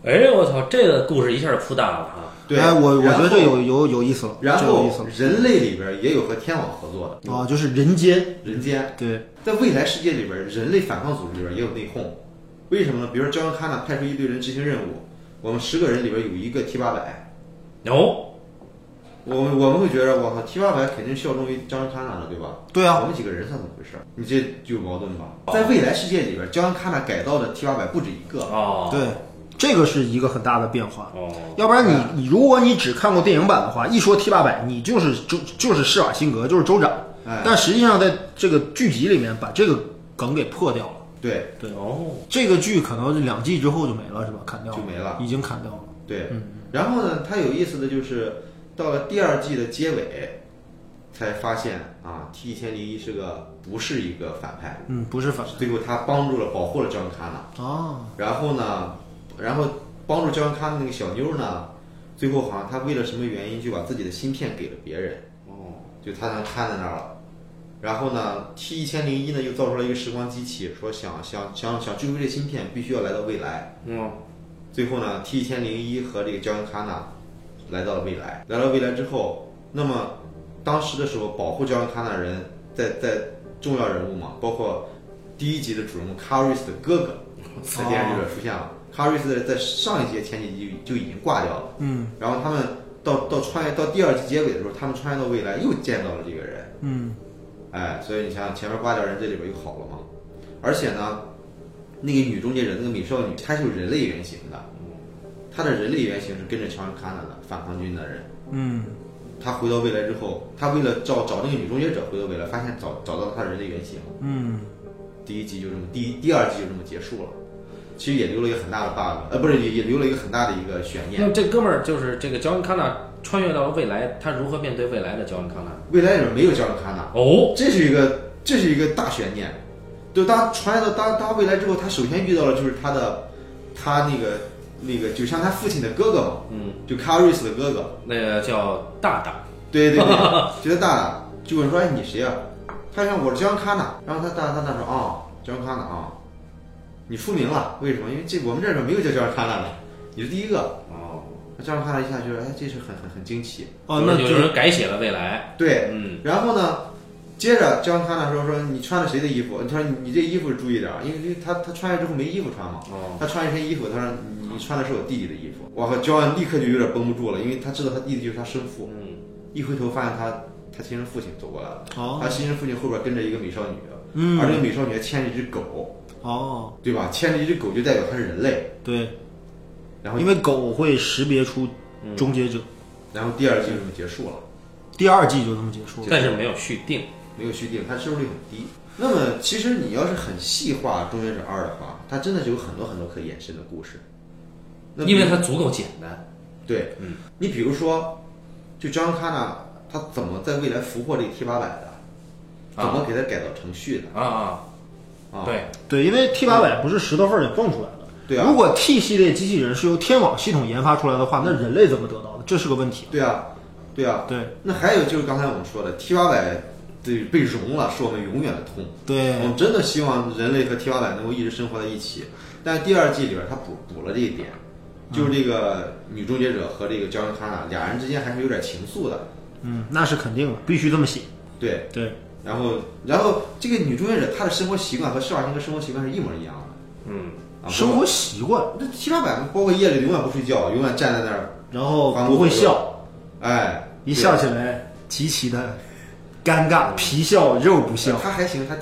哎，我操，这个故事一下就铺大了啊！
对，
我觉得这有意思了。
然后人类里边也有和天网合作的
啊，就是人间。
对，在未来世界里边，人类反抗组织里边也有内讧。为什么呢？比如说焦恩·卡纳派出一队人执行任务，我们10个人里边有一个 T800。
哦，
我们会觉得，我靠 T800肯定效忠于焦恩·卡纳的，对吧？
对啊，
我们几个人算怎么回事？你这就有矛盾吧？在未来世界里边，焦恩·卡纳改造的 T800不止一个。
哦，
对。这个是一个很大的变化，要不然你如果你只看过电影版的话，一说 T800，你就是施瓦辛格，就是州长，但实际上在这个剧集里面把这个梗给破掉了。
对，
这个剧可能2季之后就没了，是吧？砍掉了，
就没了，
已经砍掉了。
对，然后呢，它有意思的就是到了第2季的结尾，才发现啊 ，T1001不是一个反派，
不是反派，
最后他保护了焦恩·卡纳。然后帮助焦恩·卡纳那个小妞呢，最后好像他为了什么原因就把自己的芯片给了别人，就他能看在那儿了。然后呢 ，T1001呢又造出了一个时光机器，说想追回这芯片，必须要来到未来。最后呢 ，T1001和这个焦恩·卡纳来到了未来。来到未来之后，那么当时的时候保护焦恩·卡纳人在重要人物嘛，包括第1集的主人公卡瑞斯的哥哥，在电视里边出现了。卡瑞斯在上一集前几集就已经挂掉了，然后他们到穿越到第2季结尾的时候，他们穿越到未来又见到了这个人，所以你想想前面挂掉人这里边又好了嘛，而且呢，那个女终结者那个美少女她是有人类原型的，她的人类原型是跟着乔恩·卡纳的反抗军的人，她回到未来之后，她为了找那个女终结者回到未来，发现找到了她的人类原型，第2季就这么结束了。其实也留了一个很大的 bug， 不是也留了一个很大的一个悬念。
那这哥们儿就是这个焦恩·卡纳穿越到了未来，他如何面对未来的焦恩·卡纳？
未来里面没有焦恩·卡纳这是一个大悬念。就当穿越到未来之后，他首先遇到了就是他那个就像他父亲的哥哥嘛，就卡瑞斯的哥哥，
那个叫大大，
对，就叫大大，就问说哎你谁啊？他说我是焦恩·卡纳，然后他大说焦恩·卡纳你出名了，为什么？因为我们这边没有叫焦恩·卡纳的，你是第一个。焦恩·卡纳一下觉得，哎，这是很惊奇。
那就是改写了未来。
对，然后呢，接着焦恩·卡纳说你穿的谁的衣服？他说你这衣服注意点，因为他穿越之后没衣服穿嘛。他穿一身衣服，他说你穿的是我弟弟的衣服。哇，焦恩立刻就有点绷不住了，因为他知道他弟弟就是他生父。一回头发现他亲生父亲走过来了。他亲生父亲后边跟着一个美少女，而这个美少女还牵着一只狗。对吧？牵着一只狗就代表它是人类。
对，
然后
因为狗会识别出终结者。
然后第2季就这么结束了。
第2季就这么结束了，
但是没有续订，
它收视率很低。那么其实你要是很细化《终结者2》的话，它真的是有很多很多可延伸的故事。
因为它足够简单。
对，你比如说，就焦恩·卡纳他怎么在未来俘获这个 T800的，怎么给他改造程序的
对，因为 T800不是石头缝里蹦出来的。
对啊，
如果 T 系列机器人是由天网系统研发出来的话，那人类怎么得到的？这是个问题。
对啊。那还有就是刚才我们说的 T800 被融了，是我们永远的痛。
对，
我们真的希望人类和 T800 能够一直生活在一起。但第2季里边他补了这一点，就是这个女终结者和这个焦恩·卡纳俩人之间还是有点情愫的。
那是肯定的，必须这么写。
对。然后这个女终结者她的生活习惯和施瓦辛格生活习惯是一模一样的。
生活习惯，
这T800包括夜里永远不睡觉，永远站在那儿，
然后不会笑。
一
笑起来极其的尴尬，皮笑肉不笑。
他还行，他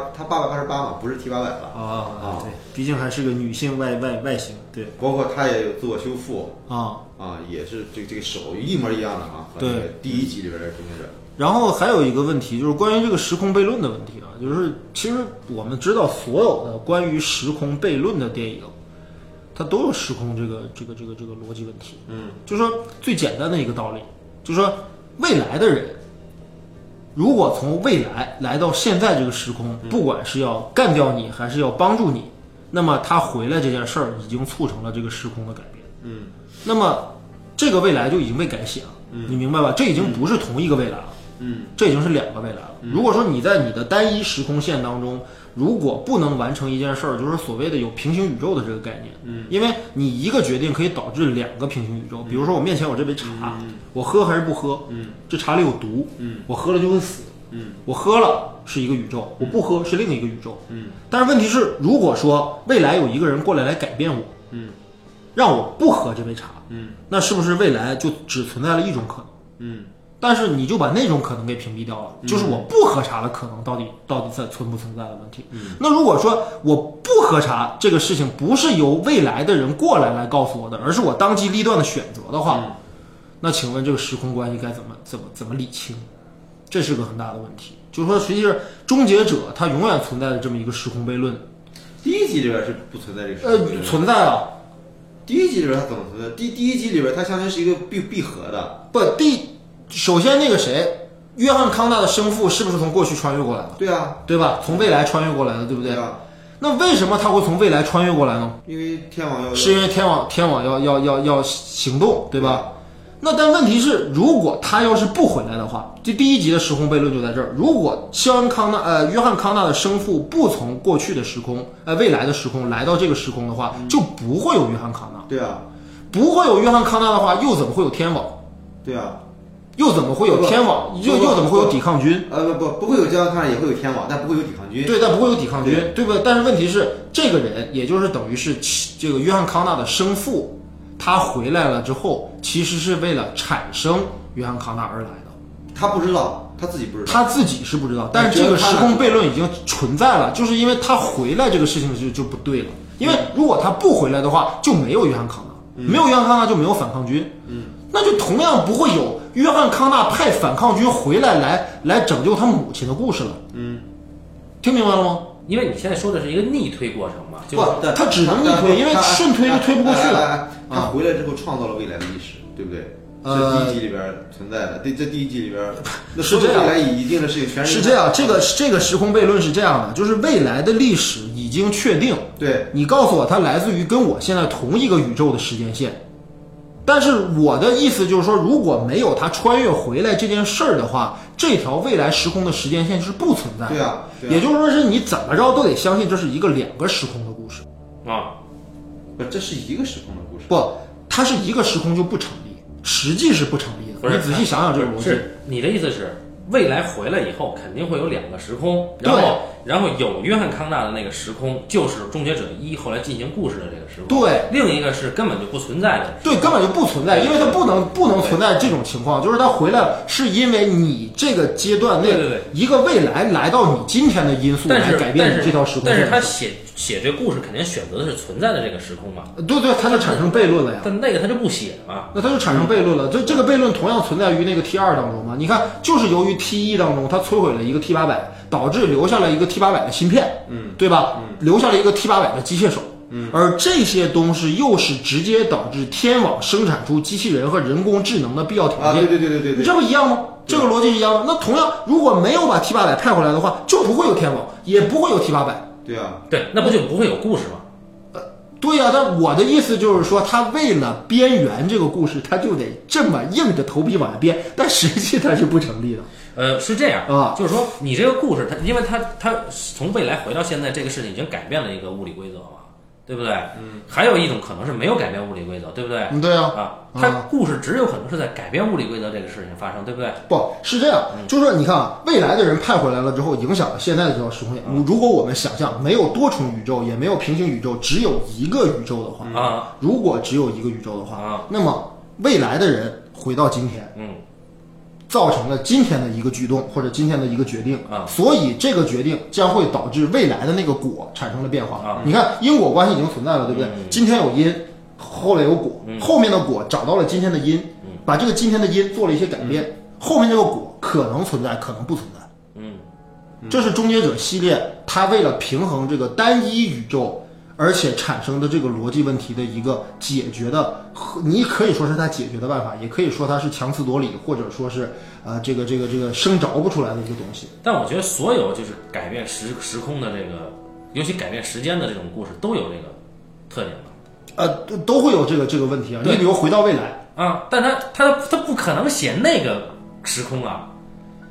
888嘛，不是 T800 了。
对，毕竟还是个女性外形。对，
包括他也有自我修复也是这个手一模一样的和那个第1集里边的终结者。
然后还有一个问题就是关于这个时空悖论的问题就是其实我们知道所有的关于时空悖论的电影，它都有时空这个逻辑问题。就是说最简单的一个道理，就是说未来的人如果从未来来到现在这个时空，不管是要干掉你还是要帮助你，那么他回来这件事儿已经促成了这个时空的改变。那么这个未来就已经被改写了。你明白吧？这已经不是同一个未来了。 这已经是2个未来了。如果说你在你的单一时空线当中，如果不能完成一件事儿，就是所谓的有平行宇宙的这个概念，因为你一个决定可以导致2个平行宇宙。比如说我面前有这杯茶，我喝还是不喝？这茶里有毒，我喝了就会死。我喝了是一个宇宙，我不喝是另一个宇宙。但是问题是，如果说未来有一个人过来改变我，让我不喝这杯茶，那是不是未来就只存在了一种可能？但是你就把那种可能给屏蔽掉了，就是我不喝茶的可能到底存不存在的问题。那如果说我不喝茶这个事情不是由未来的人过来告诉我的，而是我当机立断的选择的话，那请问这个时空关系该怎么理清？这是个很大的问题。就是说，实际上终结者它永远存在的这么一个时空悖论。
第一集里边是不存在这个时空悖论
存在啊。
第一集里边它怎么存在？第一集里边它相当于是一个闭合的。
不，首先那个谁，约翰康纳的生父是不是从过去穿越过来的？
对啊，
对吧？从未来穿越过来的，对不对？
对啊。
那为什么他会从未来穿越过来呢？
因为天网
是因为天网要行动，对吧？那但问题是，如果他要是不回来的话，这第一集的时空悖论就在这儿。如果约翰康纳的生父不从过去的时空未来的时空来到这个时空的话，就不会有约翰康纳。
对啊，
不会有约翰康纳的话，又怎么会有天网？
对啊，
又怎么会有天网？又怎么会有抵抗军？
不会有约翰康纳，也会有天网，但不会有抵抗军。
对，但不会有抵抗军，对不对？但是问题是，这个人也就是等于是这个约翰康纳的生父。他回来了之后，其实是为了产生约翰康纳而来的。
他不知道，他自己不知道，
他自己是不知道。但是这个时空悖论已经存在了，就是因为他回来这个事情就不对了。因为如果他不回来的话，就没有约翰康纳，没有约翰康纳就没有反抗军，那就同样不会有约翰康纳派反抗军回来拯救他母亲的故事了。听明白了吗？
因为你现在说的是一个逆推过程嘛，
不，他只能逆推，因为顺推就推不过去了。
他回来之后创造了未来的历史，对不对？是第一集里边存在的。在第一集里边，那
是这样，
未来一定的事情全
是这样。这个时空悖论是这样的，就是未来的历史已经确定。
对，
你告诉我它来自于跟我现在同一个宇宙的时间线。但是我的意思就是说，如果没有他穿越回来这件事儿的话，这条未来时空的时间线是不存在的。
对啊，
也就是说是你怎么着都得相信这是一个2个时空的故事
啊。
不，这是一个时空的故事。
不，它是一个时空就不成立，实际是不成立的。你仔细想想这个逻辑。
是你的意思是，未来回来以后肯定会有2个时空，然后有约翰康纳的那个时空，就是终结者1后来进行故事的这个时空。
对，
另一个是根本就不存在的。
对，根本就不存在，因为它不能存在这种情况，就是他回来了，是因为你这个阶段内一个未来来到你今天的因素来改变你这条时空。
但是他写这故事肯定选择的是存在的这个时空嘛？
对，他就产生悖论了呀。
但那个他就不写嘛？
那他就产生悖论了。这个悖论同样存在于那个 T2当中嘛？你看，就是由于 T1当中它摧毁了一个 T800，导致留下了一个 T800的芯片，对吧？留下了一个 T800的机械手，而这些东西又是直接导致天网生产出机器人和人工智能的必要条件。
对，
你这不一样吗？这个逻辑是一样的。那同样，如果没有把 T800派回来的话，就不会有天网，也不会有 T800。
对啊，
对，那不就不会有故事吗？
对呀，但我的意思就是说，他为了边缘这个故事，他就得这么硬着头皮往下编，但实际它是不成立的。
是这样
啊，
就是说你这个故事，因为它从未来回到现在，这个事情已经改变了一个物理规则嘛，对不对？还有一种可能是没有改变物理规则，对不对？
对啊。
它故事只有可能是在改变物理规则这个事情发生，对不对？
不是这样，就是说你看啊，未来的人派回来了之后，影响了现在的这条时空线。如果我们想象没有多重宇宙，也没有平行宇宙，只有一个宇宙的话，如果只有一个宇宙的话，那么未来的人回到今天，造成了今天的一个举动或者今天的一个决定所以这个决定将会导致未来的那个果产生了变化你看因果关系已经存在了，对不对？今天有因，后来有果，后面的果找到了今天的因，把这个今天的因做了一些改变，后面这个果可能存在，可能不存在。这是终结者系列它为了平衡这个单一宇宙而且产生的这个逻辑问题的一个解决的，你可以说是它解决的办法，也可以说它是强词夺理，或者说是这个生着不出来的一个东西。
但我觉得所有就是改变时空的这个，尤其改变时间的这种故事都有这个特点吧？
都会有这个问题啊。你比如回到未来
啊，但他不可能写那个时空啊。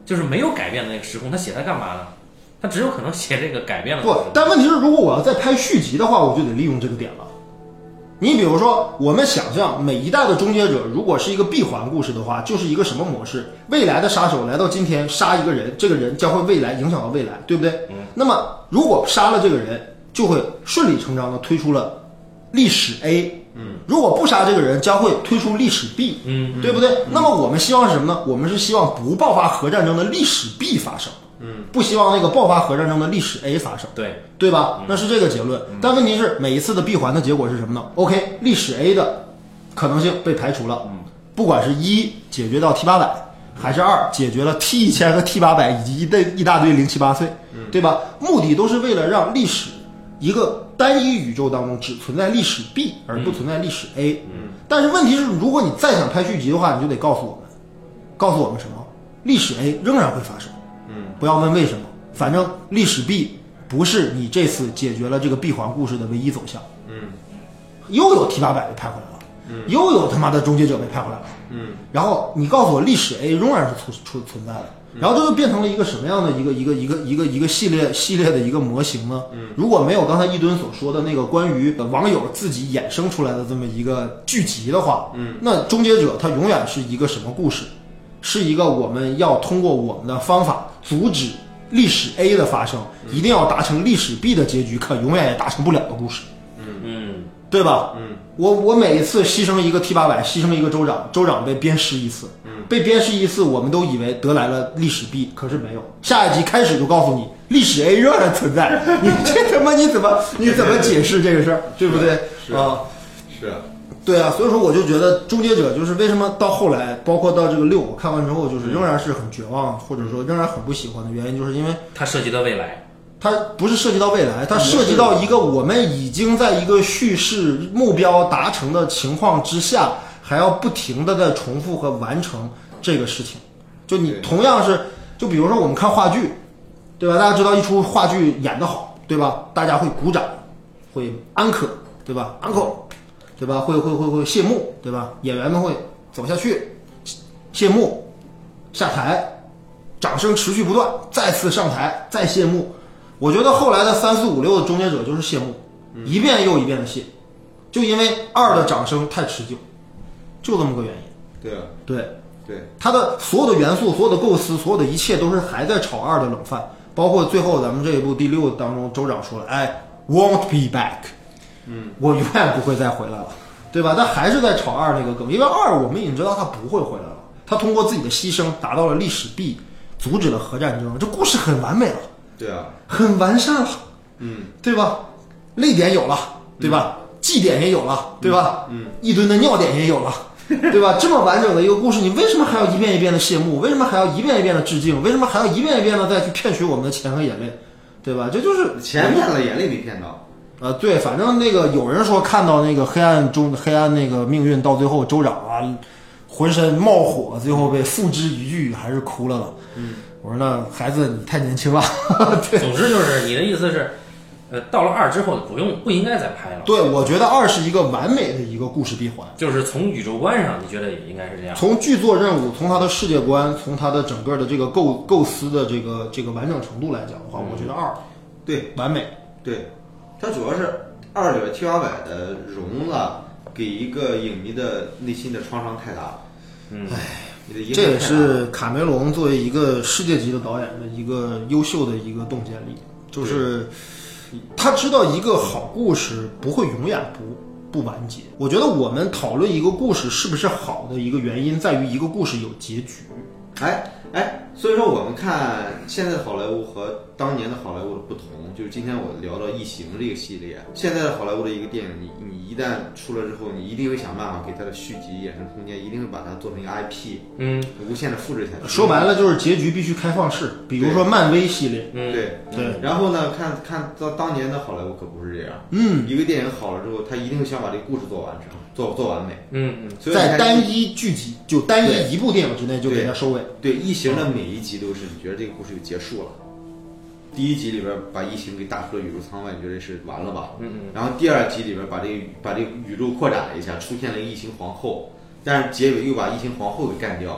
就是没有改变的那个时空，他写它干嘛呢？他只有可能写这个改变了。
不，但问题是，如果我要再拍续集的话，我就得利用这个点了。你比如说，我们想象每一代的终结者如果是一个闭环故事的话，就是一个什么模式？未来的杀手来到今天杀一个人，这个人将会未来影响到未来，对不对？那么如果杀了这个人，就会顺理成章的推出了历史 A。如果不杀这个人，将会推出历史 B。对不对？那么我们希望是什么呢？我们是希望不爆发核战争的历史 B 发生。不希望那个爆发核战争的历史 A 发生，对吧？那是这个结论。但问题是，每一次的闭环的结果是什么呢 ？OK， 历史 A 的可能性被排除了。不管是1解决到 T800，还是2解决了 T1000 和 T800 以及一大堆078岁，对吧？目的都是为了让历史一个单一宇宙当中只存在历史 B 而不存在历史 A。但是问题是，如果你再想拍续集的话，你就得告诉我们什么？历史 A 仍然会发生。不要问为什么，反正历史 B 不是你这次解决了这个闭环故事的唯一走向。又有 T800 被拍回来了，又有他妈的终结者被拍回来了。然后你告诉我历史 A 仍然是存在的，然后这就变成了一个什么样的一个系列的一个模型呢？如果没有刚才一吨所说的那个关于网友自己衍生出来的这么一个剧集的话，那终结者它永远是一个什么故事？是一个我们要通过我们的方法阻止历史 A 的发生，一定要达成历史 B 的结局，可永远也达成不了的故事。对吧？我每一次牺牲一个 T800，牺牲一个州长被鞭尸一次，被鞭尸一次，我们都以为得来了历史 B， 可是没有。下一集开始就告诉你，历史 A 仍然存在。你这他妈你怎么解释这个事儿？对不对？
是
对啊，所以说我就觉得终结者就是为什么到后来，包括到这个6，我看完之后就是仍然是很绝望，或者说仍然很不喜欢的原因，就是因为
它涉及到未来。
它不是涉及到未来，它涉及到一个我们已经在一个叙事目标达成的情况之下，还要不停的在重复和完成这个事情。就你同样是，就比如说我们看话剧，对吧？大家知道一出话剧演得好，对吧？大家会鼓掌，会安可，对吧？安可，对吧？会谢幕，对吧？演员们会走下去，谢幕，下台，掌声持续不断，再次上台，再谢幕。我觉得后来的3、4、5、6的终结者就是谢幕，一遍又一遍的谢，就因为2的掌声太持久，就这么个原因。对，它的所有的元素、所有的构思、所有的一切都是还在炒2的冷饭，包括最后咱们这一部第6当中，州长说了，won't be back，我永远不会再回来了，对吧？他还是在炒2那个梗，因为2我们已经知道他不会回来了，他通过自己的牺牲达到了历史 B， 阻止了核战争，这故事很完美了。
对啊，
很完善了，对吧？泪点有了，对吧？祭点也有了，对吧？一吨的尿点也有了，对吧？这么完整的一个故事，你为什么还要一遍一遍的谢幕？为什么还要一遍一遍的致敬？为什么还要一遍一遍的再去骗取我们的钱和眼泪？对吧？这就是
钱骗了，眼泪没骗到。
对，反正那个有人说看到那个黑暗那个命运到最后州长啊，浑身冒火，最后被付之一炬，还是哭了。我说那孩子你太年轻了。
总之就是你的意思是，到了2之后不应该再拍了。
对，我觉得2是一个完美的一个故事闭环，
就是从宇宙观上，你觉得也应该是这样。
从剧作任务，从它的世界观，从它的整个的这个构思的这个完整程度来讲的话，我觉得2
对
完美。
对，它主要是2里边 T800的融了，给一个影迷的内心的创伤太大了。
这也是卡梅隆作为一个世界级的导演的一个优秀的一个洞见力，就是他知道一个好故事不会永远不完结。我觉得我们讨论一个故事是不是好的一个原因在于一个故事有结局。
所以说我们看现在的好莱坞和当年的好莱坞的不同，就是今天我聊到《异形》这个系列，现在的好莱坞的一个电影，你一旦出了之后，你一定会想办法给它的续集衍生空间，一定会把它做成一个 IP，无限的复制下去。
说白了就是结局必须开放式，比如说漫威系列，
对。然后呢，看到当年的好莱坞可不是这样，一个电影好了之后，他一定想把这个故事做完成，做完美，所以
在单一剧集就单一部电影之内就给它收尾。
对，异形的每一集都是你觉得这个故事就结束了。第1集里边把异形给打出了宇宙舱外，你觉得是完了吧？然后第2集里边把这个宇宙扩展了一下，出现了异形皇后，但是结尾又把异形皇后给干掉，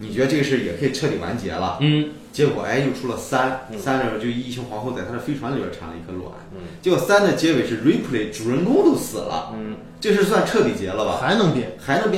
你觉得这个事也可以彻底完结了，结果又出了3里边就异形皇后在她的飞船里边产了一颗卵，结果3的结尾是 Ripley 主人公都死了，这是算彻底结了吧？
还能编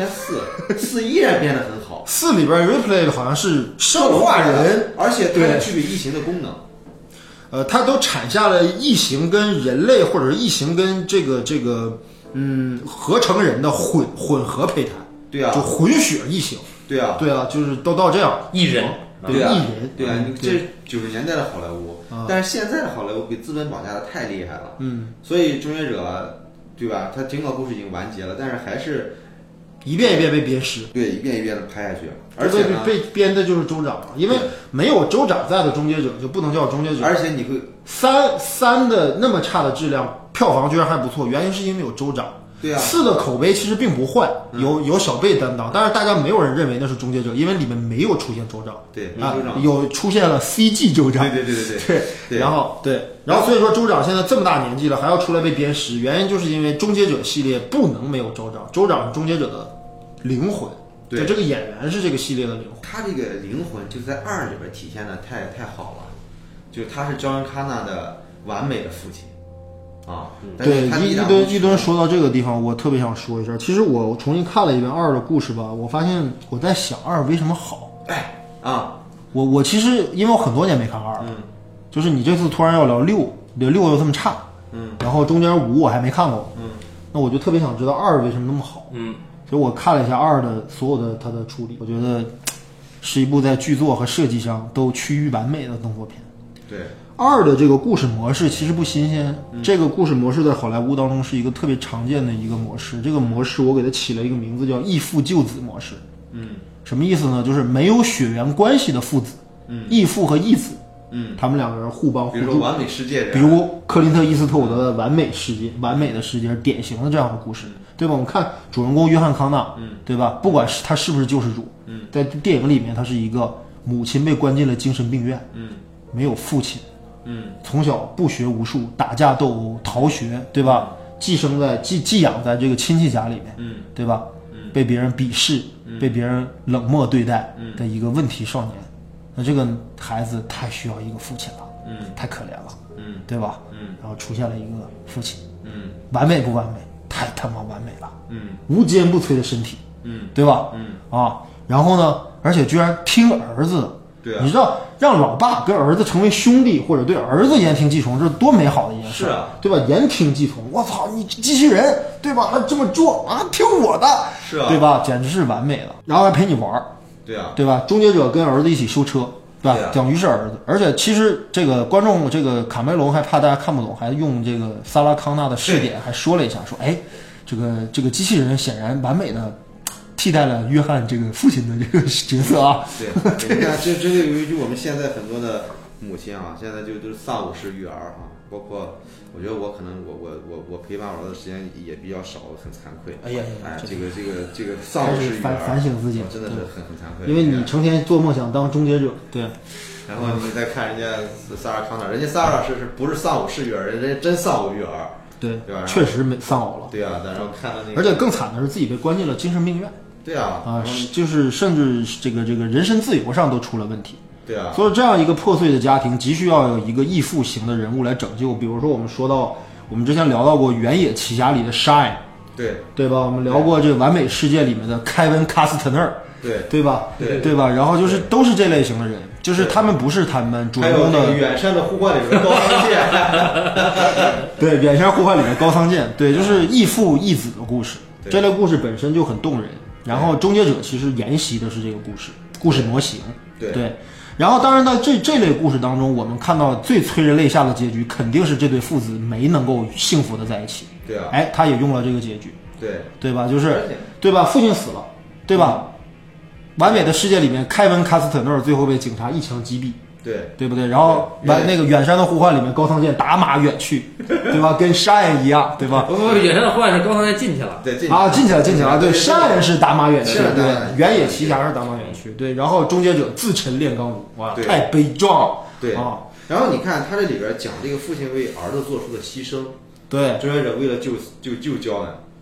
4依然编得很好。
4里边 Ripley 好像是生化人，
而且它具备异形的功能。
它都产下了异形跟人类或者是异形跟这个合成人的混合胚胎，
对啊，
就混血异形，
对啊，
就是都到这样
异人，
对啊，
异人，
对啊，这90年代的好莱坞，但是现在的好莱坞被资本绑架的太厉害了，所以终结者，对吧？它整个故事已经完结了，但是还是
一遍一遍被鞭尸，
对，一遍一遍的拍下去，而且
被编的就是州长，因为没有州长在的终结者就不能叫终结者，
而且你会
三的那么差的质量，票房居然还不错，原因是因为有州长。
对啊
，4的口碑其实并不坏，有小贝担当，但是大家没有人认为那是终结者，因为里面没有出现州长，
对
啊，有出现了 CG 州长，
对，
然后所以说州长现在这么大年纪了还要出来被鞭尸，原因就是因为终结者系列不能没有州长，州长是终结者的灵魂，对，这个演员是这个系列的灵魂，
他这个灵魂就在2里边体现的太好了，就是他是乔恩·康纳的完美的父亲。
对，一吨说到这个地方，我特别想说一下。其实我重新看了一遍2的故事吧，我发现我在想2为什么好。我其实因为我很多年没看2了，就是你这次突然要聊6又这么差，然后中间5我还没看过，那我就特别想知道2为什么那么好，所以我看了一下2的所有的它的处理，我觉得是一部在剧作和设计上都趋于完美的动作片。
对。
2的这个故事模式其实不新鲜，这个故事模式在好莱坞当中是一个特别常见的一个模式。这个模式我给它起了一个名字叫义父救子模式。什么意思呢？就是没有血缘关系的父子，义父和义子，他们两个人互帮互助。
比如完美世界，
比如克林特·伊斯特伍德的完美世界，完美的世界是典型的这样的故事，对吧？我们看主人公约翰·康纳，对吧？不管是他是不是救世主，在电影里面他是一个母亲被关进了精神病院，没有父亲。从小不学无术，打架斗殴，逃学，对吧？寄养在这个亲戚家里面，对吧？被别人鄙视，被别人冷漠对待的一个问题少年，那这个孩子太需要一个父亲了，太可怜了，对吧？然后出现了一个父亲，完美不完美？太他妈完美了，无坚不摧的身体，对吧？然后呢，而且居然听儿子的。
对啊，
你知道让老爸跟儿子成为兄弟，或者对儿子言听计从，这是多美好的一件事，
是啊，
对吧？言听计从，我操，你机器人，对吧？还这么做啊，听我的，
是啊，
对吧？简直是完美了，然后还陪你玩，
对啊，
对吧？终结者跟儿子一起修车，对吧？等于是儿子，而且其实这个观众，这个卡梅隆还怕大家看不懂，还用这个萨拉康纳的视点还说了一下，说，哎，这个机器人显然完美的替代了约翰这个父亲的这个角色啊。
对，你看，这个由于我们现在很多的母亲啊，现在就都是丧偶式育儿啊，包括我觉得我可能我陪伴儿子的时间也比较少，很惭愧。
哎呀，
这个丧偶式育儿，
反省自己，
真的是很惭愧。
因为你成天做梦想当终结者，对。
然后你再看人家萨尔康纳，人家萨尔是不是丧偶式育儿，人家真丧偶育儿，
对
吧？
确实没丧偶了。
对啊，然后看到那个，
而且更惨的是自己被关进了精神病院。
对啊，
就是甚至这个人身自由上都出了问题。
对啊，
所以这样一个破碎的家庭，急需要有一个义父型的人物来拯救。比如说，我们说到我们之前聊到过《原野奇侠》里的 Shine， 对吧？我们聊过这个《完美世界》里面的凯文·卡斯特纳尔，对吧？对吧？然后就是都是这类型的人，就是他们不是他们主人公的。
还有《远山的呼唤》里面高仓健，
对，《远山呼唤》里面高仓健，对，就是义父义子的故事。这类故事本身就很动人。然后《终结者》其实沿袭的是这个故事模型，对。然后当然在这类故事当中，我们看到最催人泪下的结局，肯定是这对父子没能够幸福的在一起。
对啊，
哎，他也用了这个结局，对吧？就是对吧？父亲死了，对吧？完美的世界里面，凯文·卡斯特纳尔最后被警察一枪击毙。对不对？然后那个《远山的呼唤》里面，高仓健打马远去，对吧？跟沙眼一样，对吧？
不，《远山的呼唤》是高仓健进去了，
进去了。对，沙眼是打马远去，对，《原野奇侠》是打马远去，对。然后终结者自沉炼钢炉，哇，太悲壮，
对啊。然后你看他这里边讲这个父亲为儿子做出的牺牲，
对，
终结者为了救焦恩，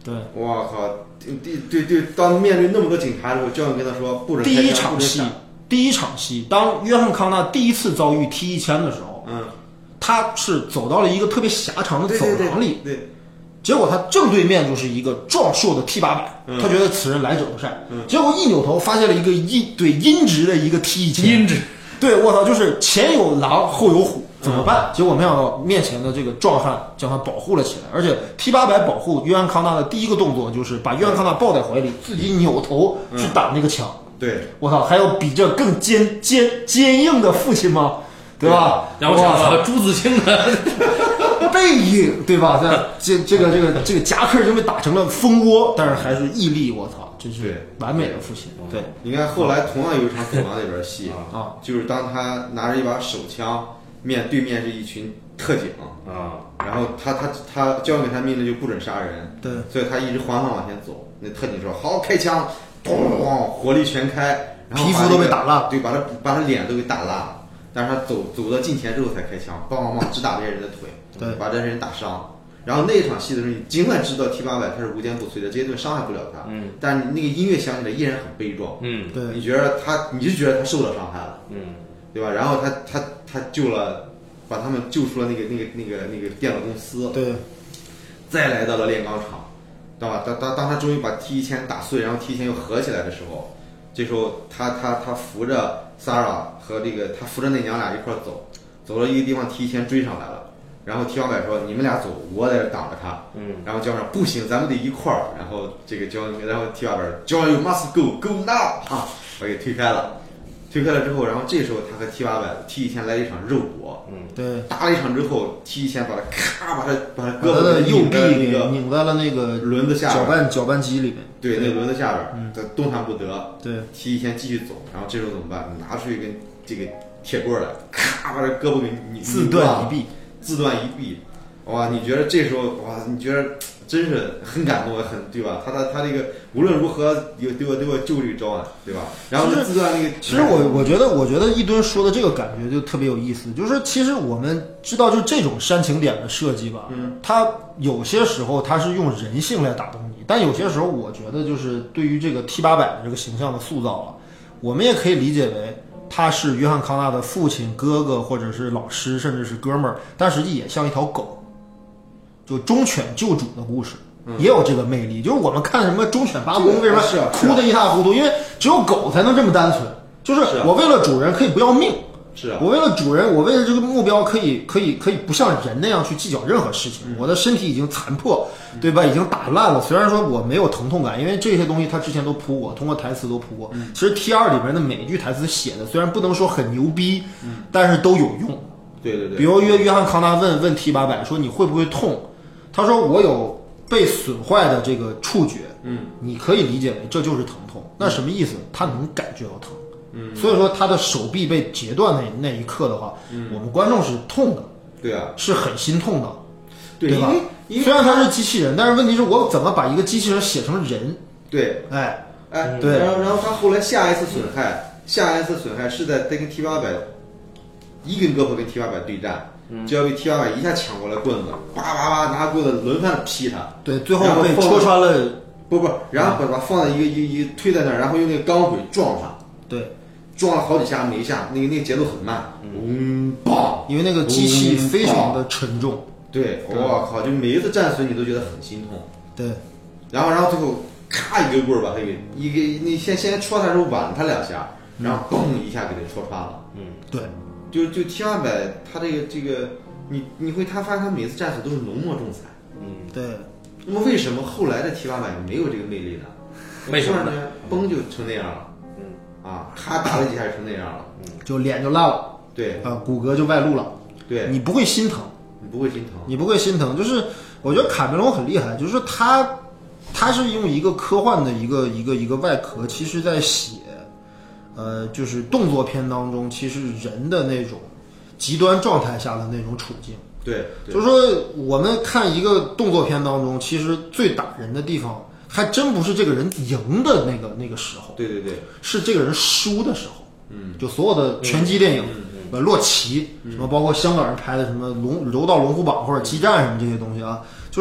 对，
我靠，对，当面对那么多警察的时候，教练跟他说不准开枪。
第一场戏，当约翰康纳第一次遭遇 T1000的时候，他是走到了一个特别狭长的走廊里，
对，
结果他正对面就是一个壮硕的 T800，他觉得此人来者不善，结果一扭头发现了一个阴直的一个 T1000，
阴直，
对，我操，就是前有狼后有虎，怎么办？结果没想到面前的这个壮汉将他保护了起来，而且 T800保护约翰康纳的第一个动作就是把约翰康纳抱在怀里，自己扭头去打那个枪。
对，
我操，还有比这更坚硬的父亲吗？对吧？
然后想到朱自清的
背影，对吧？这个夹克就被打成了蜂窝，但是还是屹立，我操，真是完美的父亲。对，
你看后来同样有一场走廊里边戏啊，就是当他拿着一把手枪，对面是一群特警啊，然后他交给他命令就不准杀人，
对，
所以他一直缓缓往前走。那特警说好开枪，咚，火力全开，然后
皮肤都被打烂，
对，把他脸都给打烂了。但是他走到近前之后才开枪，梆只打这些人的腿，
对，
把这些人打伤。然后那一场戏的时候，你尽管知道 T800他是无坚不摧的，这些东西伤害不了他，但是那个音乐响起来依然很悲壮，
对，
你就觉得他受到伤害了，对吧？然后他把他们救出了那个电脑公司，
对，
再来到了炼钢厂，对吧？当他终于把 T1000打碎，然后 T1000又合起来的时候，这时候他扶着 Sarah 和他扶着那娘俩一块走到一个地方 ，T1000追上来了。然后 T800说：“你们俩走，我在这挡着他。”然后教授不行，咱们得一块儿。然后然后 T800 John you must go now 啊，把给推开了。推开了之后，然后这时候他和 T1000来了一场肉搏，
对，
打了一场之后 T1000把他胳
膊
的
右臂给拧在了那个
轮子下边，
搅拌机里面，
对，那轮子下边，他动弹不得。
对
，T1000继续走，然后这时候怎么办？拿出一根这个铁棍来，咔把这胳膊给
自断一臂，哇！你觉得这时候哇？你觉得真是很感动，对吧？他这个无论如何都要救这个招安，对吧？然后自断那个。其实我觉得一吨说的这个感觉就特别有意思，就是其实我们知道，就这种煽情点的设计吧，它有些时候它是用人性来打动你，但有些时候我觉得就是对于这个 T800的这个形象的塑造啊，我们也可以理解为。他是约翰康纳的父亲、哥哥，或者是老师，甚至是哥们儿，但实际也像一条狗，就忠犬救主的故事，也有这个魅力。就是我们看什么忠犬八公，为什么哭得一塌糊涂？因为只有狗才能这么单纯，就是我为了主人可以不要命，我为了主人，我为了这个目标可以不像人那样去计较任何事情。我的身体已经残破，对吧？已经打烂了。虽然说我没有疼痛感，因为这些东西他之前都铺过，通过台词都铺过。其实 T2里面的每一句台词写的虽然不能说很牛逼，但是都有用。
对。
比如约翰康纳问 T800 说你会不会痛？他说我有被损坏的这个触觉。你可以理解为这就是疼痛。那什么意思？他能感觉到疼。所以说他的手臂被截断的那一刻的话，我们观众是痛的，
对啊，
是很心痛的，
对
吧？虽然他是机器人，但是问题是我怎么把一个机器人写成人？
对，
对。
然后他后来下一次损害是在跟 T800一根胳膊跟 T800对战，就要被 T800一下抢过来棍子，叭拿棍子轮番劈他。
对，最后被戳穿了。
不，然后把放在一个推在那儿，然后用那个钢轨撞他。
对。
撞了好几下，每一下那个节奏很慢，砰！
因为那个机器非常的沉重。
对，我靠！就每一次战损你都觉得很心痛。
对，
然后最后咔一根棍儿把他给你先戳他的时候挽他两下，然后嘣一下给他戳穿了。
对，
就 T800他这个你会发现他每次战损都是浓墨重彩。
对。
那么为什么后来的 T800没有这个魅力呢？
为什么呢？
嘣就成那样了。咔打了几下就成那样了，
就脸就烂了，
对
骨骼就外露了，
对，
你不会心疼，你不会心疼，就是我觉得卡梅隆很厉害，就是他是用一个科幻的一个外壳，其实在写，就是动作片当中其实人的那种极端状态下的那种处境，
对，
就是说我们看一个动作片当中，其实最打人的地方。还真不是这个人赢的那个时候，
对，
是这个人输的时候。就所有的拳击电影，洛奇什么，包括香港人拍的什么柔道龙虎榜或者激战什么这些东西啊，就是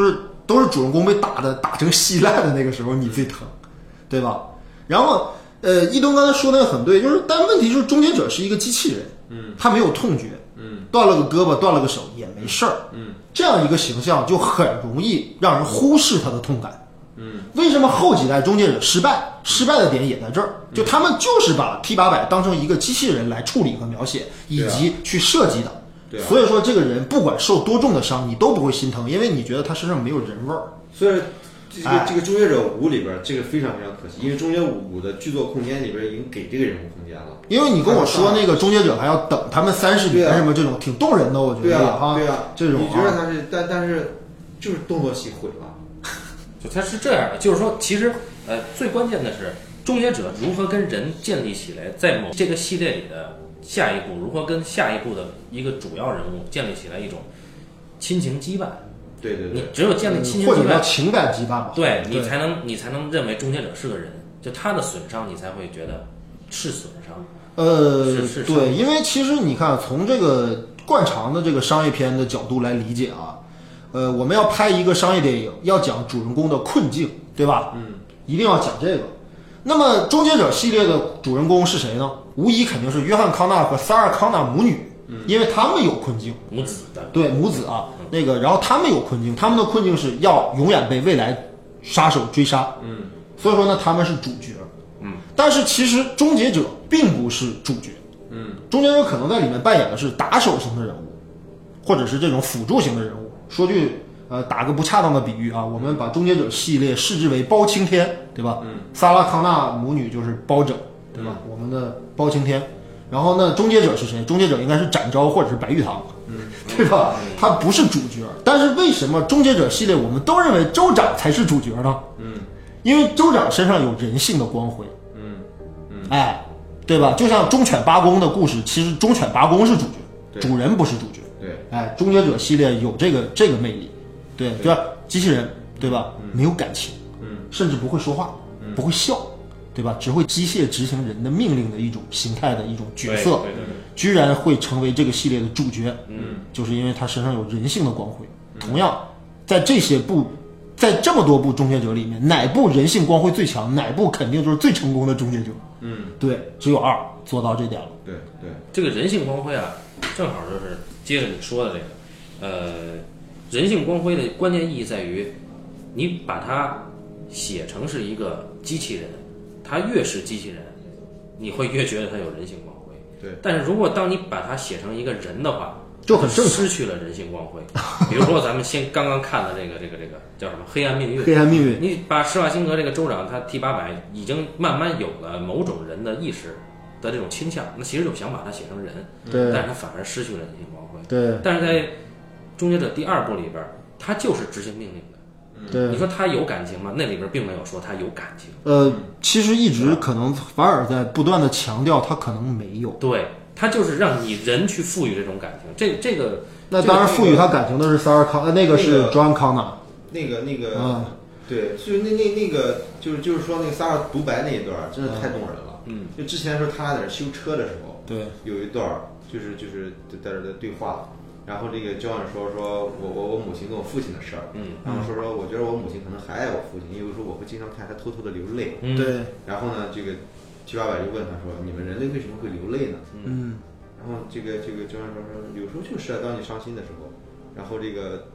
都是主人公被打成稀烂的那个时候你最疼，对吧？然后一东刚才说的很对，就是但问题是终结者是一个机器人，他没有痛觉，断了个胳膊断了个手也没事儿，这样一个形象就很容易让人忽视他的痛感。为什么后几代终结者失败的点也在这儿，就他们就是把 T800当成一个机器人来处理和描写以及去设计的。所以说这个人不管受多重的伤你都不会心疼，因为你觉得他身上没有人味儿。
所以这个终结者5里边这个非常非常可惜，因为终结5的剧作空间里边已经给这个人物空间了。
因为你跟我说那个终结者还要等他们30年什么这种挺动人的，我觉得
对啊，
这种
你觉得他是但是就是动作戏毁了。
就它是这样的，就是说其实最关键的是终结者如何跟人建立起来，在这个系列里的下一步如何跟下一步的一个主要人物建立起来一种亲情羁绊。
对，
你只有建立亲情羁绊，
或者叫情感羁绊吧，
对你才能认为终结者是个人，就他的损伤你才会觉得是损伤。
对，因为其实你看从这个惯常的这个商业片的角度来理解啊，我们要拍一个商业电影，要讲主人公的困境，对吧？一定要讲这个。那么终结者系列的主人公是谁呢？无疑肯定是约翰康纳和萨尔康纳母女，因为他们有困境，
母子的，
对，母子啊，那个，然后他们有困境，他们的困境是要永远被未来杀手追杀，所以说呢，他们是主角，但是其实终结者并不是主角，终结者可能在里面扮演的是打手型的人物，或者是这种辅助型的人物。说句打个不恰当的比喻啊，我们把终结者系列视之为包青天，对吧？萨拉康纳母女就是包拯，对吧？我们的包青天。然后呢，终结者是谁？终结者应该是展昭或者是白玉堂，对吧？他不是主角。但是为什么终结者系列我们都认为州长才是主角呢？因为州长身上有人性的光辉，哎，对吧？就像忠犬八公的故事，其实忠犬八公是主角，主人不是主角。
对，
哎，终结者系列有这个魅力，对，就像机器人，对吧？没有感情，甚至不会说话，不会笑，对吧？只会机械执行人的命令的一种形态的一种角色，居然会成为这个系列的主角，就是因为他身上有人性的光辉。同样，在这么多部终结者里面，哪部人性光辉最强，哪部肯定就是最成功的终结者。对，只有2做到这点了。
对，
这个人性光辉啊，正好就是接着你说的这个，人性光辉的关键意义在于，你把它写成是一个机器人，它越是机器人，你会越觉得它有人性光辉。
对，
但是如果当你把它写成一个人的话，
就很正常，
失去了人性光辉。比如说咱们刚刚看的这个叫什么《黑暗命运》。
黑暗命运，
你把施瓦辛格这个州长他 T800已经慢慢有了某种人的意识的这种倾向，那其实就想把它写成人，
对，
但是他反而失去了人性光辉。
对，
但是在终结者第2部里边，他就是执行命令的。
对，
你说他有感情吗？那里边并没有说他有感情。
其实一直可能反而在不断的强调他可能没有。
对，他就是让你人去赋予这种感情。这个
那当然赋予他感情的是萨尔康，那个是 John Connor。
那个，对，所以那个就是说那个萨尔独白那一段真的太动人了。就之前说他俩在那修车的时候，
对，
有一段就是在这对话。然后这个John说我母亲跟我父亲的事儿，然后说我觉得我母亲可能还爱我父亲，因为说我会经常看他偷偷的流泪，
对。
然后呢，这个T800就问他说：“你们人类为什么会流泪呢？”然后这个John说有时候就是当你伤心的时候，然后这个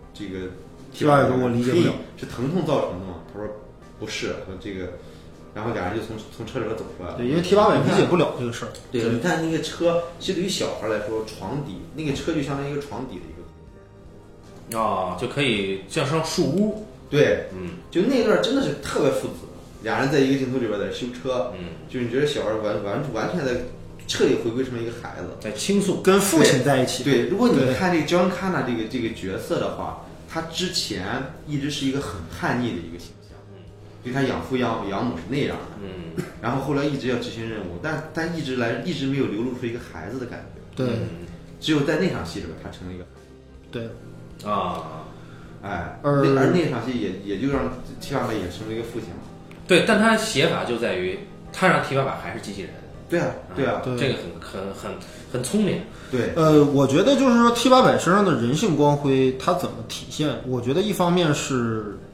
T800说我理解不了，
是疼痛造成的吗？他说不是，说这个。然后俩人就从车里边走出来了。
对，因为 T800理解不了这个事儿。
对，你看那个车，其实对于小孩来说，床底那个车就相当于一个床底的一个空
间。就可以像上树屋。
对，就那段真的是特别父子，俩人在一个镜头里边在修车，就你觉得小孩完全在彻底回归成了一个孩子，
在倾诉，
跟父亲在一起。
对，如果你看这个 John Connor 这个角色的话，他之前一直是一个很叛逆的一个形象。对他养父养母是那样的，然后后来一直要执行任务，但一直没有流露出一个孩子的感觉。
对，
只有在那场戏里边，他成了一个。
对，
而那场戏也就让 T800也成为一个父亲了。
对，但他写法就在于他让 T800还是机器人。
对啊，
这个很聪明。
对，
我觉得就是说 T800身上的人性光辉，它怎么体现？我觉得一方面是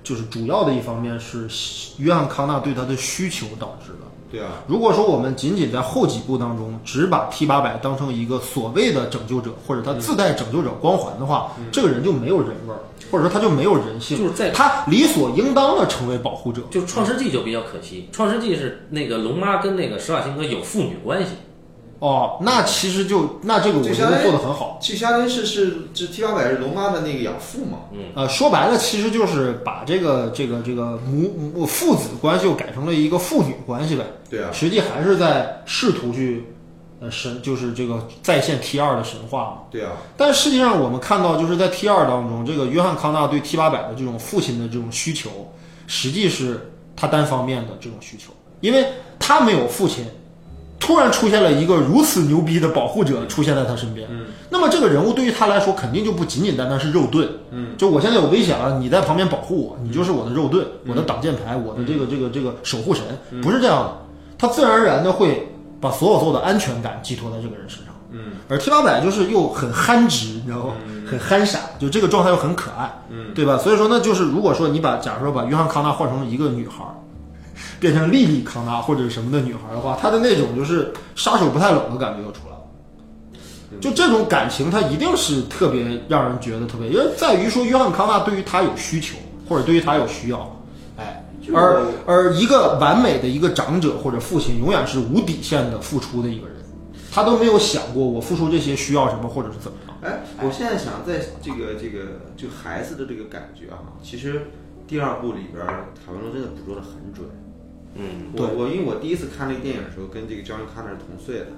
就是主要的一方面是约翰康纳对他的需求导致的。
对啊，
如果说我们仅仅在后几部当中只把 T800当成一个所谓的拯救者，或者他自带拯救者光环的话，这个人就没有人味儿，或者说他就没有人性，
就是在
他理所应当的成为保护者。
就创世纪就比较可惜，创世纪是那个龙妈跟那个施瓦辛格有父女关系。
哦，那其实这个我觉得做得很好。
就相当于是 T800是龙妈的那个养父嘛。
说白了，其实就是把这个母父子关系又改成了一个父女关系呗。
对啊，
实际还是在试图去就是这个再现 T2 的神话嘛。
对啊。
但实际上我们看到，就是在 T2 当中，这个约翰康纳对 T800的这种父亲的这种需求，实际是他单方面的这种需求，因为他没有父亲。突然出现了一个如此牛逼的保护者出现在他身边，那么这个人物对于他来说肯定就不仅仅单单是肉盾，就我现在有危险了，你在旁边保护我，你就是我的肉盾，我的挡箭牌，我的这个守护神，不是这样的，他自然而然的会把所有的安全感寄托在这个人身上，而 T800就是又很憨直，你知道吗？很憨傻，就这个状态又很可爱，对吧？所以说呢，就是如果说你假如说把约翰康纳换成一个女孩。变成莉莉康纳或者什么的女孩的话，她的那种就是杀手不太冷的感觉就出来了。就这种感情，它一定是特别让人觉得特别，因为在于说约翰康纳对于他有需求，或者对于他有需要，而一个完美的一个长者或者父亲，永远是无底线的付出的一个人，他都没有想过我付出这些需要什么或者是怎么样。
我现在想在这个就孩子的这个感觉其实第2部里边卡梅隆真的捕捉得很准。我因为我第一次看这个电影的时候，跟这个John Connor是同岁的。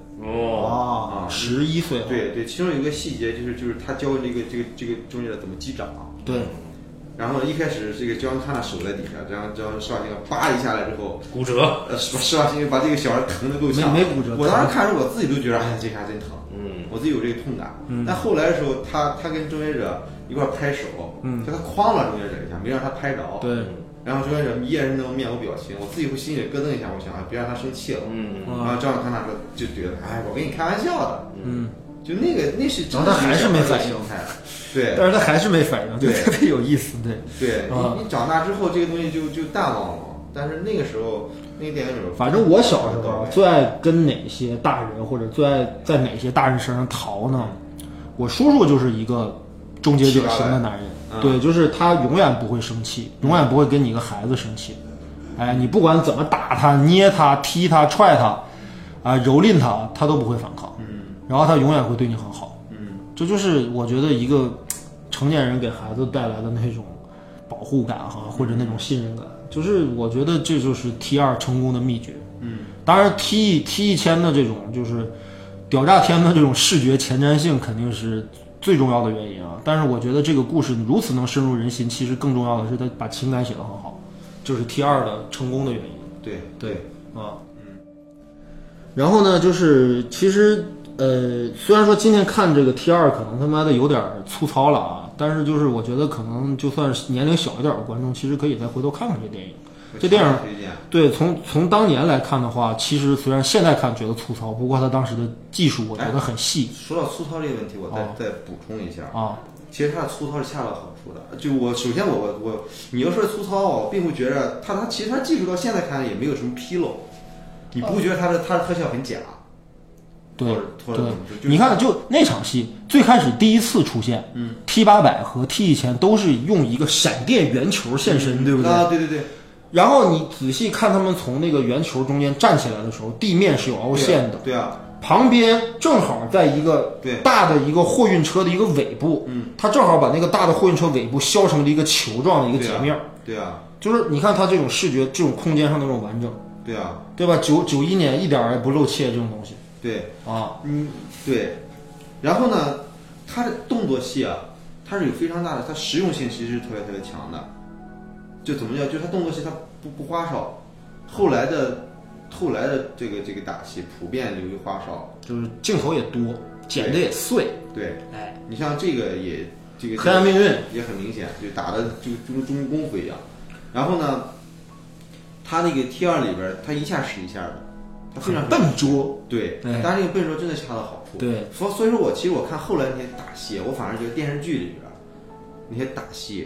11岁。
对，其中有一个细节就是他教这个终结者怎么击掌。
对。
然后一开始这个John Connor手在底下，这样施瓦辛格叭一下来之后
骨折。
施瓦辛格把这个小孩疼得够呛。
没骨折。
我当时看着我自己都觉得这下真疼。我自己有这个痛感。但后来的时候，他跟终结者一块拍手，就他哐了终结者一下，没让他拍着。
对。
然后终结者一眼人都面无表情，我自己会心里咯噔一下，我想别让他生气了。然后John Connor说就觉得我跟你开玩笑的。就那是。
然后他还是没反应。
对。
但是他还是没反应，就特别有意思。
对。你长大之后，这个东西就淡忘了。但是那个时候，那个电影里边，
反正我小时候最爱跟哪些大人或者最爱在哪些大人身上逃呢？我叔叔就是一个终结者型的男人。对，就是他永远不会生气，永远不会跟你一个孩子生气。你不管怎么打他、捏他、踢他、踹他，蹂躏他，他都不会反抗。然后他永远会对你很好。这就是我觉得一个成年人给孩子带来的那种保护感或者那种信任感，就是我觉得这就是 T2 成功的秘诀。当然 T1000的这种就是屌炸天的这种视觉前瞻性肯定是最重要的原因但是我觉得这个故事如此能深入人心，其实更重要的是他把情感写得很好，就是 T2 的成功的原因。对然后呢，就是其实虽然说今天看这个 T2 可能他妈的有点粗糙了但是就是我觉得可能就算是年龄小一点的观众，其实可以再回头看看这电影。这电影对从当年来看的话，其实虽然现在看觉得粗糙，不过他当时的技术我觉得很细。
说到粗糙这个问题，我再补充一下其实它的粗糙是恰到好处的。就首先你要说粗糙我并不觉得它其实它技术到现在看也没有什么纰漏，你不觉得它的特效很假？
对，你看，就那场戏最开始第一次出现，T800和 T1000都是用一个闪电圆球现身，对不对？
对。
然后你仔细看他们从那个圆球中间站起来的时候，地面是有凹陷的。
对啊。
旁边正好在一个大的一个货运车的一个尾部，它正好把那个大的货运车尾部削成了一个球状的一个截面。
对啊。
就是你看它这种视觉、这种空间上的那种完整。
对啊。
对吧？91年一点也不露怯这种东西。
对对，然后呢，它的动作戏它是有非常大的，它实用性其实是特别强的。就怎么讲？就是它动作戏它不花哨，后来的这个打戏普遍流于花哨，
就是镜头也多，剪的也碎。
对，你像这个
黑暗命运
也很明显，就打的就跟中国功夫一样。然后呢，它那个 T2 里边，它一下是一下的。它非常
笨拙，
对，但是这个笨拙真的恰到好处。
对，
所以说其实我看后来那些打戏，我反而觉得电视剧里边那些打戏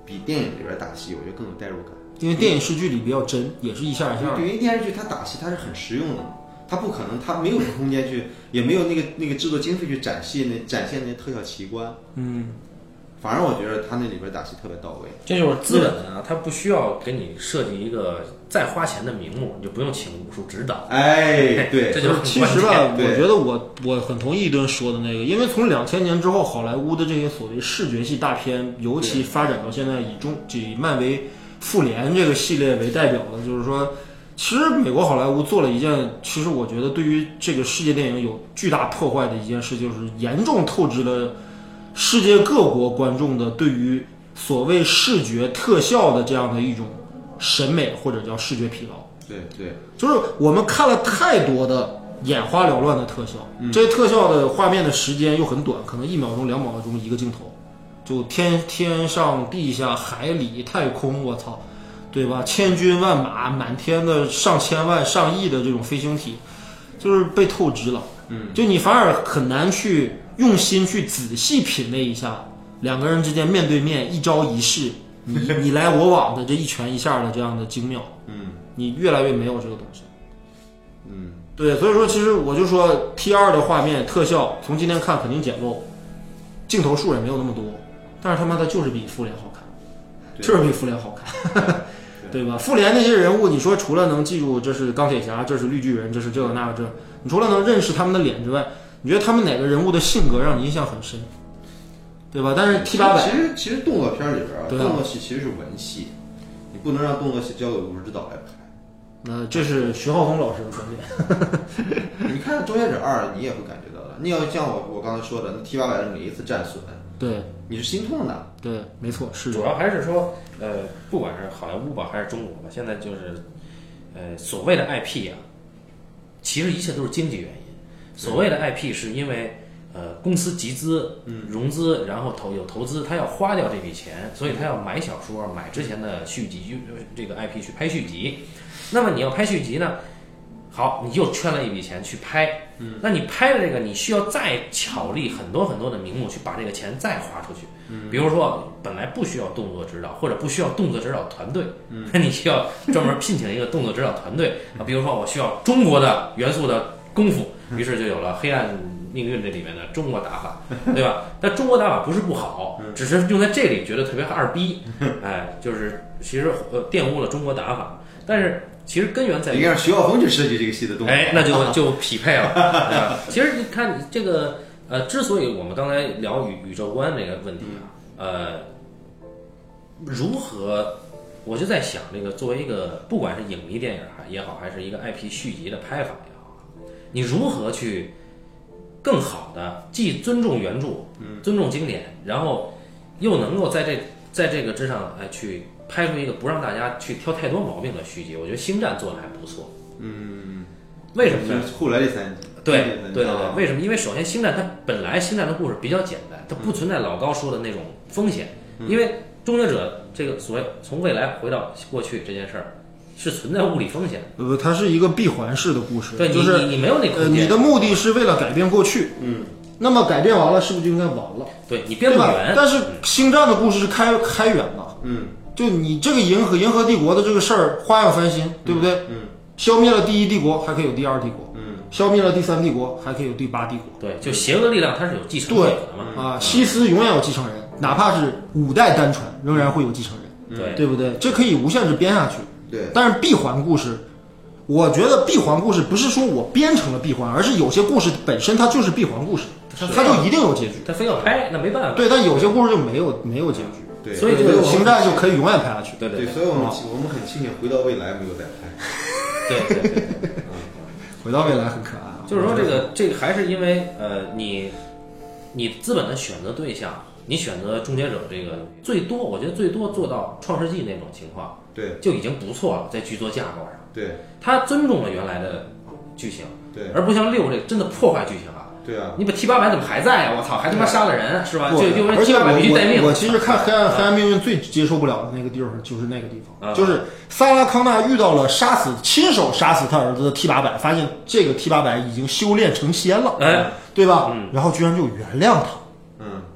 比电影里边打戏，我觉得更有代入感。
因为电影视剧里比较真，也是一下一下。
对，因为电视剧它打戏它是很实用的嘛，它不可能，它没有空间去，也没有那个制作经费去展现那些特效奇观。反而我觉得他那里边打戏特别到位。
这就是资本啊，他不需要给你设计一个再花钱的名目，你就不用请武术指导。
哎，对，
这就是
其实吧，我觉得我很同意一顿说的那个，因为从2000年之后，好莱坞的这些所谓视觉系大片，尤其发展到现在以漫威复联这个系列为代表的，就是说，其实美国好莱坞做了一件，其实我觉得对于这个世界电影有巨大破坏的一件事，就是严重透支了世界各国观众的对于所谓视觉特效的这样的一种审美或者叫视觉疲劳。
对，
就是我们看了太多的眼花缭乱的特效，这些特效的画面的时间又很短，可能1秒钟、2秒钟一个镜头，就天上地下海里太空，我操，对吧？千军万马，满天的上千万上亿的这种飞行体，就是被透支了。就你反而很难去用心去仔细品味一下两个人之间面对面一招一式，你来我往的这一拳一下的这样的精妙。你越来越没有这个东西。对，所以说其实我就说 T2 的画面特效从今天看肯定简陋，镜头数也没有那么多，但是他妈的就是比复联好看，就是比复联好看。对吧？复联那些人物，你说除了能记住这是钢铁侠，这是绿巨人，这是这个那个这，你除了能认识他们的脸之外，你觉得他们哪个人物的性格让你印象很深？对吧？但是 T800
其实动作片里边啊，动作戏其实是文戏，你不能让动作戏交给武术指导来拍。
那这是徐浩峰老师的观点。
你看《终结者2》，你也会感觉到的。你要像我刚才说的，那 T800的每一次战损，
对，
你是心痛的。
对，没错，是
主要还是说，不管是好莱坞吧，还是中国吧，现在就是，所谓的 IP 啊，其实一切都是经济原因。所谓的 IP 是因为公司集资、融资，然后有投资，他要花掉这笔钱，所以他要买小说、买之前的续集，这个 IP 去拍续集。那么你要拍续集呢？好，你又圈了一笔钱去拍，那你拍的这个，你需要再巧立很多很多的名目去把这个钱再花出去。比如说本来不需要动作指导，或者不需要动作指导团队，那你需要专门聘请一个动作指导团队啊。比如说我需要中国的元素的功夫，于是就有了《黑暗命运》这里面的中国打法，对吧？但中国打法不是不好，只是用在这里觉得特别二逼，就是其实玷污了中国打法，但是。其实根源在于，
你让徐浩峰去设计这个戏的动作，
那就匹配了，对吧？其实你看这个之所以我们刚才聊宇宙观这个问题啊，如何，我就在想这个作为一个不管是影迷电影也好，还是一个 IP 续集的拍法也好，你如何去更好的既尊重原著，尊重经典，然后又能够在这个之上去。拍出一个不让大家去挑太多毛病的续集，我觉得《星战》做的还不错。为什么呢？
后来第3集。
对，为什么？因为首先《星战》它本来《星战》的故事比较简单，它不存在老高说的那种风险。因为终结者这个所谓从未来回到过去这件事儿，是存在物理风险。
它是一个闭环式的故事。
对，
就是
你没有那空间。
你的目的是为了改变过去。那么改变完了，是不是就应该完了？
对，你编不圆。
但是《星战》的故事是开源的。就你这个银河帝国的这个事儿花样翻新，对不对？消灭了第1帝国，还可以有第2帝国。消灭了第3帝国，还可以有第8帝国。
对，就邪恶力量它是有继承者的嘛。
西斯永远有继承人，哪怕是5代单传，仍然会有继承
人。
对不对？这可以无限制编下去。
对。
但是闭环故事，我觉得闭环故事不是说我编成了闭环，而是有些故事本身它就是闭环故事，它就一定有结局。
它非要拍，那没办法。
对，但有些故事就没有结局。
对，
所以这个星战就可以永远拍下去。
对，
所以我们很庆幸回到未来没有再拍。
对，
回到未来很可爱啊。
就是说这个还是因为你资本的选择对象，你选择终结者这个我觉得最多做到创世纪那种情况，
对，
就已经不错了，在剧作架构上。
对，
他尊重了原来的剧情，
对，
而不像6这真的破坏剧情啊。
对啊，
你把 T800怎么还在啊？我操，还他妈杀了人是吧？就因为
T800
必须待命。
我其实看黑暗命运最接受不了的那个地方就是那个地方，就是萨拉康纳遇到了亲手杀死他儿子的 T800，发现这个 T800 已经修炼成仙了，对吧？然后居然就原谅他，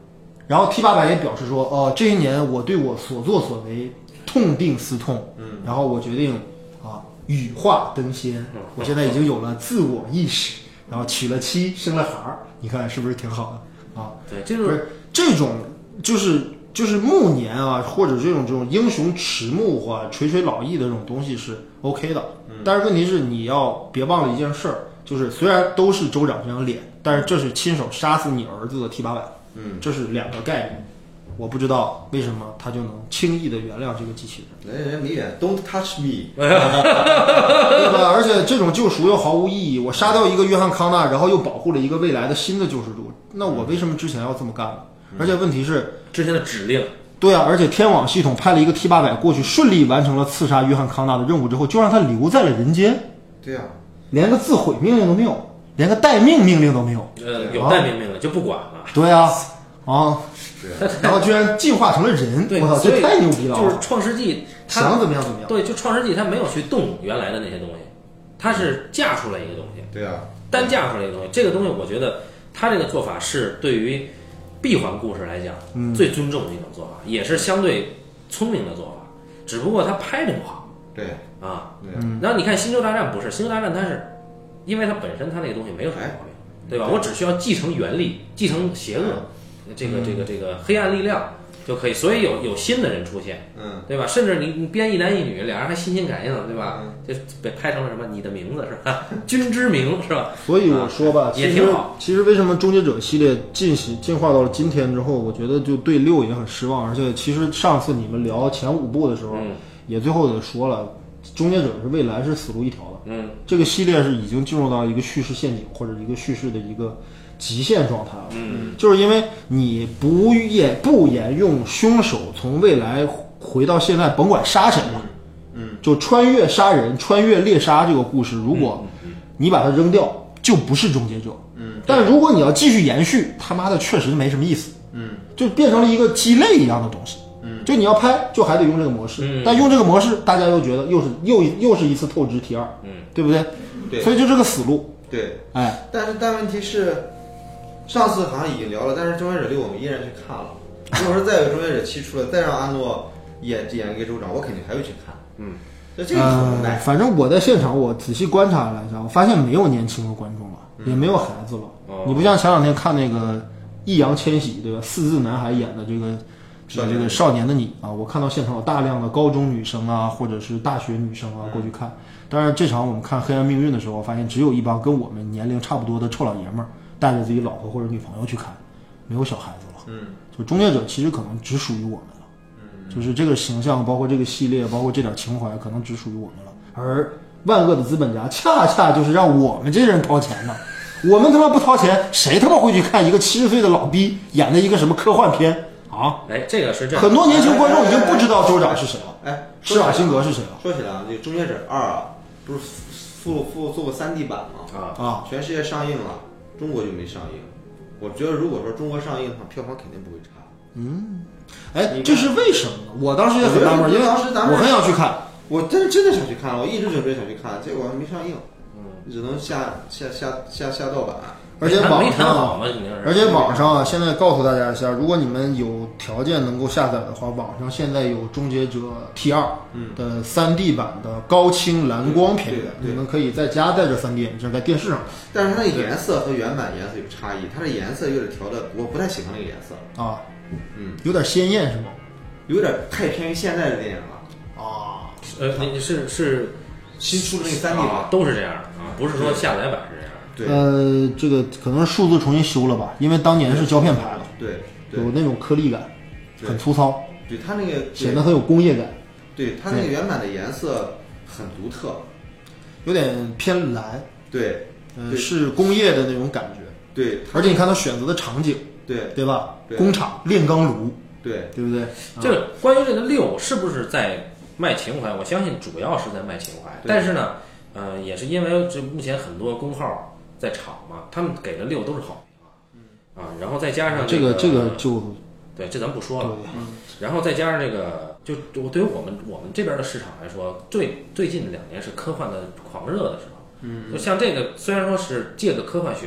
然后 T800也表示说，这些年我对我所作所为痛定思痛，然后我决定羽化登仙，我现在已经有了自我意识，然后娶了妻，生了孩儿，你看是不是挺好的啊？
对，
这种就是暮年啊，或者这种英雄迟暮啊、垂垂老矣的这种东西是 OK 的，但是问题是你要别忘了一件事儿，就是虽然都是州长这张脸，但是这是亲手杀死你儿子的 T800，这是两个概念。我不知道为什么他就能轻易的原谅这个机器人。
人迷远 ，Don't touch me，
对吧？而且这种救赎又毫无意义。我杀掉一个约翰康纳，然后又保护了一个未来的新的救世主，那我为什么之前要这么干呢？而且问题是
之前的指令。
对啊，而且天网系统派了一个 T800过去，顺利完成了刺杀约翰康纳的任务之后，就让他留在了人间。
对啊，
连个自毁命令都没有，连个待命命令都没有。
有待命命令就不管了。
对啊，然后居然进化成了人，
对，
我操，这太牛逼了！
就是创世纪，
想怎么样怎么样。
对，就创世纪他没有去动原来的那些东西，他是架出来一个东西。
对啊，
单架出来一个东西，这个东西我觉得他这个做法是对于闭环故事来讲，最尊重的一种做法，也是相对聪明的做法。只不过他拍的不好。
对
啊，然后你看《星球大战》不是，《星球大战》它是因为它本身它那个东西没有什么毛病，对吧？我只需要继承原力，继承邪恶。这个黑暗力量就可以，所以有新的人出现，对吧？甚至你编一男一女，俩人还心心感应，对吧？就被拍成了什么？你的名字是吧？君之名是吧？
所以我说吧，
也挺好。
其实为什么终结者系列进化到了今天之后，我觉得就对6也很失望。而且其实上次你们聊前5部的时候，也最后也说了，终结者是未来是死路一条的。这个系列是已经进入到一个叙事陷阱或者一个叙事的一个极限状态了，就是因为你不沿用凶手从未来回到现在，甭管杀谁了，就穿越杀人、穿越猎杀这个故事，如果你把它扔掉，就不是终结者，但如果你要继续延续，他妈的确实没什么意思，就变成了一个鸡肋一样的东西，就你要拍就还得用这个模式，但用这个模式，大家又觉得又是一次透支 T2，对不对？
对，
所以就这个死路，
对，
哎，
但问题是。上次好像已经聊了，但是《终结者6》我们依然去看了。如果说再有《终结者7》出来，再让阿诺演一个州长，我肯定还会去看。这个很无奈。
反正我在现场，我仔细观察了一下，我发现没有年轻的观众了，也没有孩子了。你不像前两天看那个易烊千玺对吧？4字男孩演的这个少年的你啊，我看到现场有大量的高中女生啊，或者是大学女生啊过去看。当然，这场我们看《黑暗命运》的时候，发现只有一帮跟我们年龄差不多的臭老爷们儿。带着自己老婆或者女朋友去看，没有小孩子了。就终结者其实可能只属于我们了。就是这个形象，包括这个系列，包括这点情怀，可能只属于我们了。而万恶的资本家恰恰就是让我们这些人掏钱呢。我们他妈不掏钱，谁他妈会去看一个70岁的老逼演的一个什么科幻片啊？
这个是这样。
很多年轻观众已经不知道州长是谁了。施瓦辛格是谁了？
说起来啊，这个终结者2啊，不是做过3D 版吗？全世界上映了。中国就没上映，我觉得如果说中国上映的话，票房肯定不会差。
这是为什么呢？我当时也很纳闷，因为我很想去看，
我真的想去看，我一直准备想去看，结果没上映，只能下盗版。
而且网上啊，现在告诉大家一下，如果你们有条件能够下载的话，网上现在有《终结者 T2》的3D 版的高清蓝光片源，你们可以在家戴着3D 眼镜在电视上。
但是它的颜色和原版颜色有差异，它的颜色有点调的，我不太喜欢那个颜色
啊，有点鲜艳是吗？
有点太偏于现在的电影了
啊。
你是
新出的那个3D 版
都是这样的啊，不是说下载版是这样。
这个可能是数字重新修了吧，因为当年是胶片拍的，
对，
有那种颗粒感，很粗糙，
对它那个
显得很有工业感。
对它那个原版的颜色很独特，
有点偏蓝，
对，
是工业的那种感觉，
对，
而且你看它选择的场景，对吧？工厂炼钢炉，对不对？
这个关于这个6是不是在卖情怀？我相信主要是在卖情怀，但是呢，也是因为这目前很多公号在炒嘛，他们给的6都是好评然后再加上
这个就
对，这咱不说了。然后再加上这个，就对于我们这边的市场来说，最近2年是科幻的狂热的时候。就像这个，虽然说是借个科幻噱头，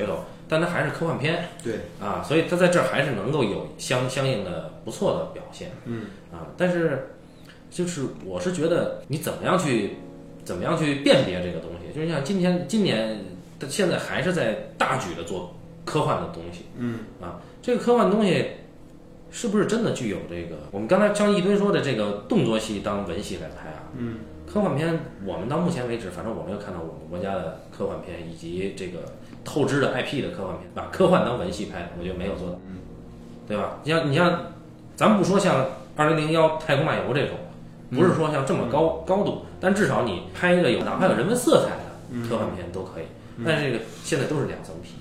但它还是科幻片，
对
啊，所以它在这儿还是能够有相应的不错的表现，但是就是我是觉得你怎么样去辨别这个东西，就是像今年现在还是在大举的做科幻的东西，这个科幻的东西是不是真的具有这个我们刚才像一吨说的这个动作戏当文戏来拍啊？科幻片我们到目前为止，反正我没有看到我们国家的科幻片以及这个透支的 IP 的科幻片把科幻当文戏拍的，我觉得没有做到，对吧？你像咱们不说像2001太空漫游这种，不是说像这么高度，但至少你拍一个哪怕有人文色彩的科幻片都可以。但是这个现在都是2层皮。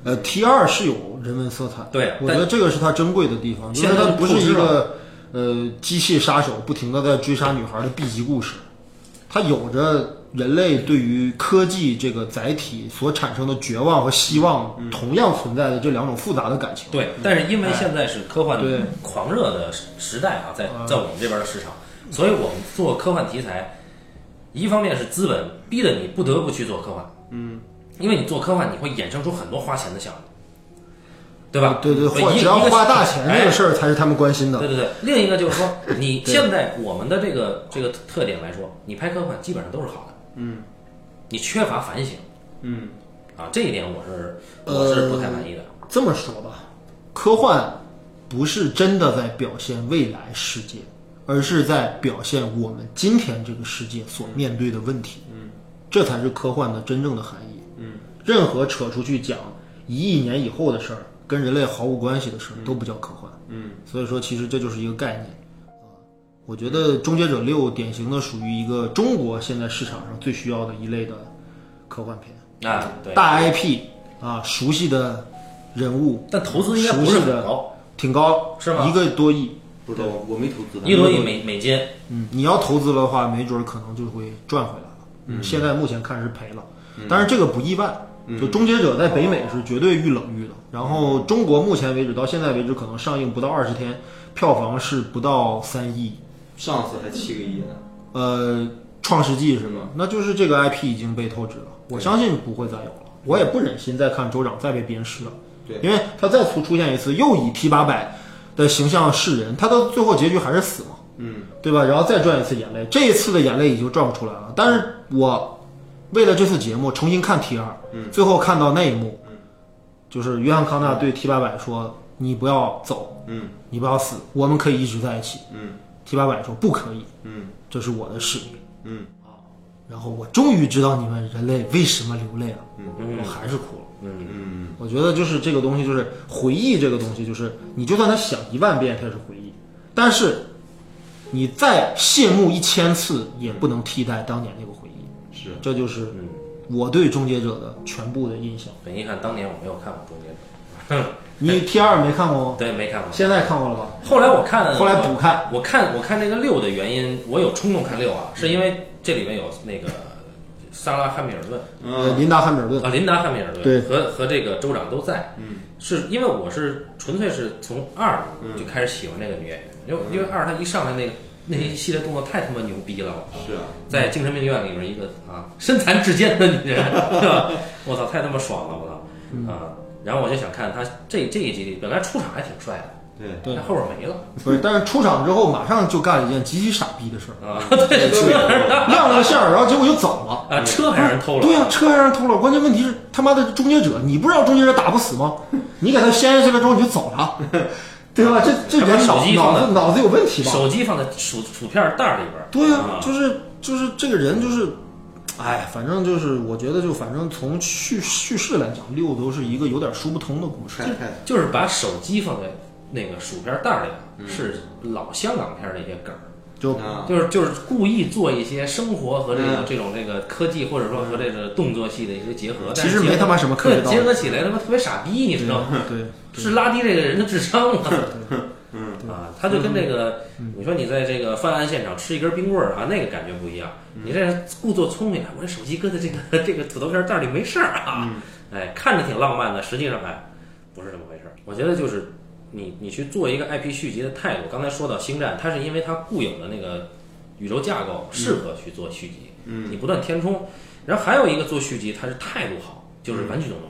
T2是有人文色彩，
对，
我觉得这个是它珍贵的地方，就是它不是一个机械杀手不停的在追杀女孩的 B 级故事，它有着人类对于科技这个载体所产生的绝望和希望同样存在的这2种复杂的感情。
对，但是因为现在是科幻狂热的时代啊，在我们这边的市场，所以我们做科幻题材，一方面是资本逼得你不得不去做科幻，因为你做科幻你会衍生出很多花钱的项目，对吧？
对，只要花大钱这个事儿才是他们关心的。
对，另一个就是说，你现在我们的这个特点来说，你拍科幻基本上都是好的，你缺乏反省，这一点我是不太满意的。
这么说吧，科幻不是真的在表现未来世界，而是在表现我们今天这个世界所面对的问题，这才是科幻的真正的含义。任何扯出去讲1亿年以后的事儿，跟人类毫无关系的事儿都不叫科幻。所以说其实这就是一个概念。我觉得《终结者6》典型的属于一个中国现在市场上最需要的一类的科幻片
啊，对，
大 IP 啊，熟悉的人物，
但投资应该不是很高，
挺高，
是吗？
1个多亿，
不知道，我没投资。
1个多亿美金，
你要投资的话，没准可能就会赚回来了。现在目前看是赔了，但是这个不意外。就《终结者》在北美是绝对遇冷遇的，然后中国目前为止到现在为止可能上映不到20天，票房是不到3亿，
上次还7个亿呢。
创世纪是吧？那就是这个 IP 已经被透支了，我相信不会再有了。我也不忍心再看州长再被鞭尸了，
对，
因为他再出现一次，又以 T800的形象示人，他的最后结局还是死嘛，对吧？然后再赚一次眼泪，这一次的眼泪已经赚不出来了。但是我为了这次节目重新看 T2，最后看到那一幕，就是约翰康纳对 T800 说：“你不要走，你不要死，我们可以一直在一起。”T800 说：“不可以，这是我的使命。”然后我终于知道你们人类为什么流泪了，我还是哭了。我觉得就是这个东西，就是回忆这个东西，就是你就算他想1万遍，它也是回忆，但是你再谢幕1000次，也不能替代当年那个回忆。
是，
这就是我对终结者的全部的印象。
很遗憾，当年我没有看过终结者。
你 T2 没看过吗？
对，没看过。
现在看过了吧？
后来我看，
后来补看。
我看这个6的原因，我有冲动看6啊，是因为这里面有那个萨拉汉密尔顿，
琳达汉密尔顿
啊，琳达汉密尔顿，
对，
和这个州长都在。是因为我是纯粹是从2就开始喜欢这个女演员，因为2她一上来那一系列动作太他妈牛逼了，
是啊，
在精神病院里面一个身残志坚的女人，是吧？我操，太他妈爽了，我操啊！然后我就想看她这一集里，本来出场还挺帅的，
对，
后边没了。
不是，但是出场之后马上就干了一件极其傻逼的事儿
啊！对，
亮了个线儿，然后结果就走了
啊！车还让人偷了。
对呀，车还让人偷了。关键问题是他妈的终结者，你不知道终结者打不死吗？你给他掀下去了之后你就走了。对吧？这人脑子有问题吧？
手机放在薯片袋里边。
对啊，就是这个人就是，哎，反正就是我觉得就反正从叙事来讲，6都是一个有点说不通的故事。
就是把手机放在那个薯片袋里，是老香港片的一些梗儿。就是故意做一些生活和这种科技或者说和这个动作戏的一些结合，
其实没他妈什么科技道理，
结合起来他妈特别傻逼，你知道吗？
对，
是拉低这个人的智商嘛？他就跟这个你说你在这个犯案现场吃一根冰棍儿啊，那个感觉不一样。你这故作聪明，我这手机搁在这个土豆片袋里没事儿啊，哎，看着挺浪漫的，实际上不是这么回事儿。我觉得就是。你去做一个 IP 续集的态度，刚才说到星战，它是因为它固有的那个宇宙架构适合去做续集，你不断填充。然后还有一个做续集，它是态度好，就是玩具总动员，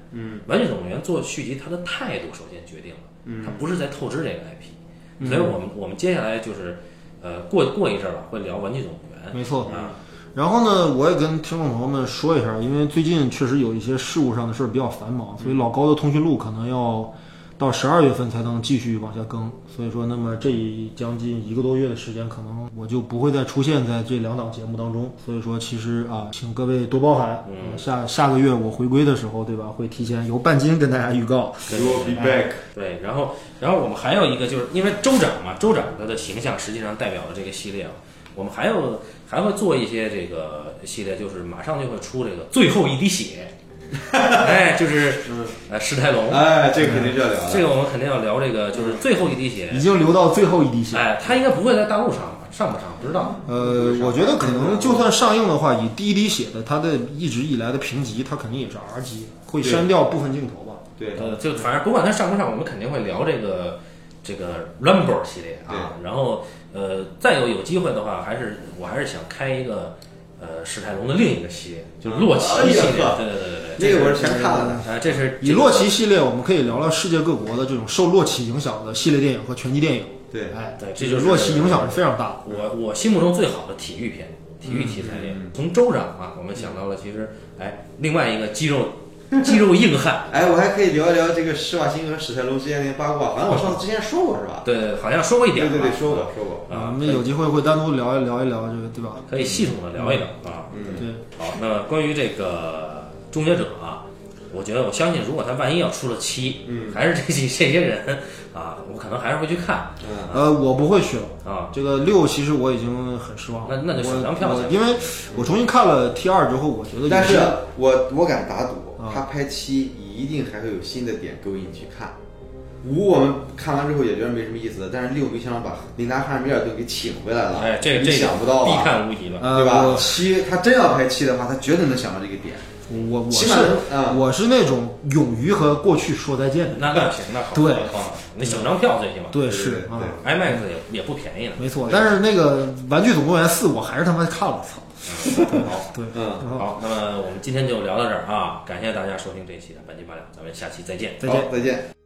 玩具总动员做续集，它的态度首先决定了，它不是在透支这个 IP，所以我们接下来就是过一阵儿吧，会聊玩具总动员，
没错
啊。
然后呢，我也跟听众朋友们说一下，因为最近确实有一些事务上的事儿比较繁忙，所以老高的通讯录可能要到12月份才能继续往下更。所以说，那么这将近1个多月的时间，可能我就不会再出现在这2档节目当中。所以说，其实请各位多包涵。下个月我回归的时候，对吧？会提前由半斤跟大家预告。
You will be back。
对，然后我们还有一个，就是因为州长嘛，州长他的形象实际上代表了这个系列啊。我们还会做一些这个系列，就是马上就会出这个最后一滴血，哎，就是史泰龙，
哎，这个肯定是要聊的，
这个我们肯定要聊这个，就是最后一滴血，
已经流到最后一滴血，
哎，他应该不会在大陆上不上不知道。
我觉得可能就算上映的话，以第一滴血的它的一直以来的评级，它肯定也是 R 级，会删掉部分镜头吧。
对，
就反正不管它上不上，我们肯定会聊这个 Rumble 系列啊，然后再有机会的话，我还是想开一个史泰龙的另一个系列，就是洛奇系列。对，
这个我是全看了
的。这是
以洛奇系列，我们可以聊聊世界各国的这种受洛奇影响的系列电影和拳击电影。
对，
对，这就是
洛奇影响是非常大。
我心目中最好的体育片，体育题材片。从州长啊，我们想到了其实另外一个肌肉硬汉。
我还可以聊一聊这个施瓦辛格、史泰龙之间的八卦，好像我上次之前说过是吧？
对，好像说过一点。
对，说过
啊。我们有机会会单独聊一聊这个，对吧？
可以系统的聊一聊啊。
对。
好，那关于这个终结者啊，我相信，如果他万一要出了7，还是这些人啊，我可能还是会去看。
我不会去了
啊。
这个6其实我已经很失望了。
那就首张票
因为我重新看了 T2之后，我觉得，
但是我敢打赌，他拍7一定还会有新的点勾引你去看。5我们看完之后也觉得没什么意思，但是6没想到把琳达·汉密尔顿给请回来了。
这
你想不到
必看无疑了，
对吧？7他真要拍7的话，他绝对能想到这个点。
我是那种勇于和过去说再见的。
那行，那好，
对，
那整张票最起码。
对，是啊
，IMAX 也不便宜了。
没错，但是那个《玩具总动员4》我还是他妈看了，操！
好，
对，
好，那么我们今天就聊到这儿啊，感谢大家收听这一期的半斤八两，咱们下期再见。
再见。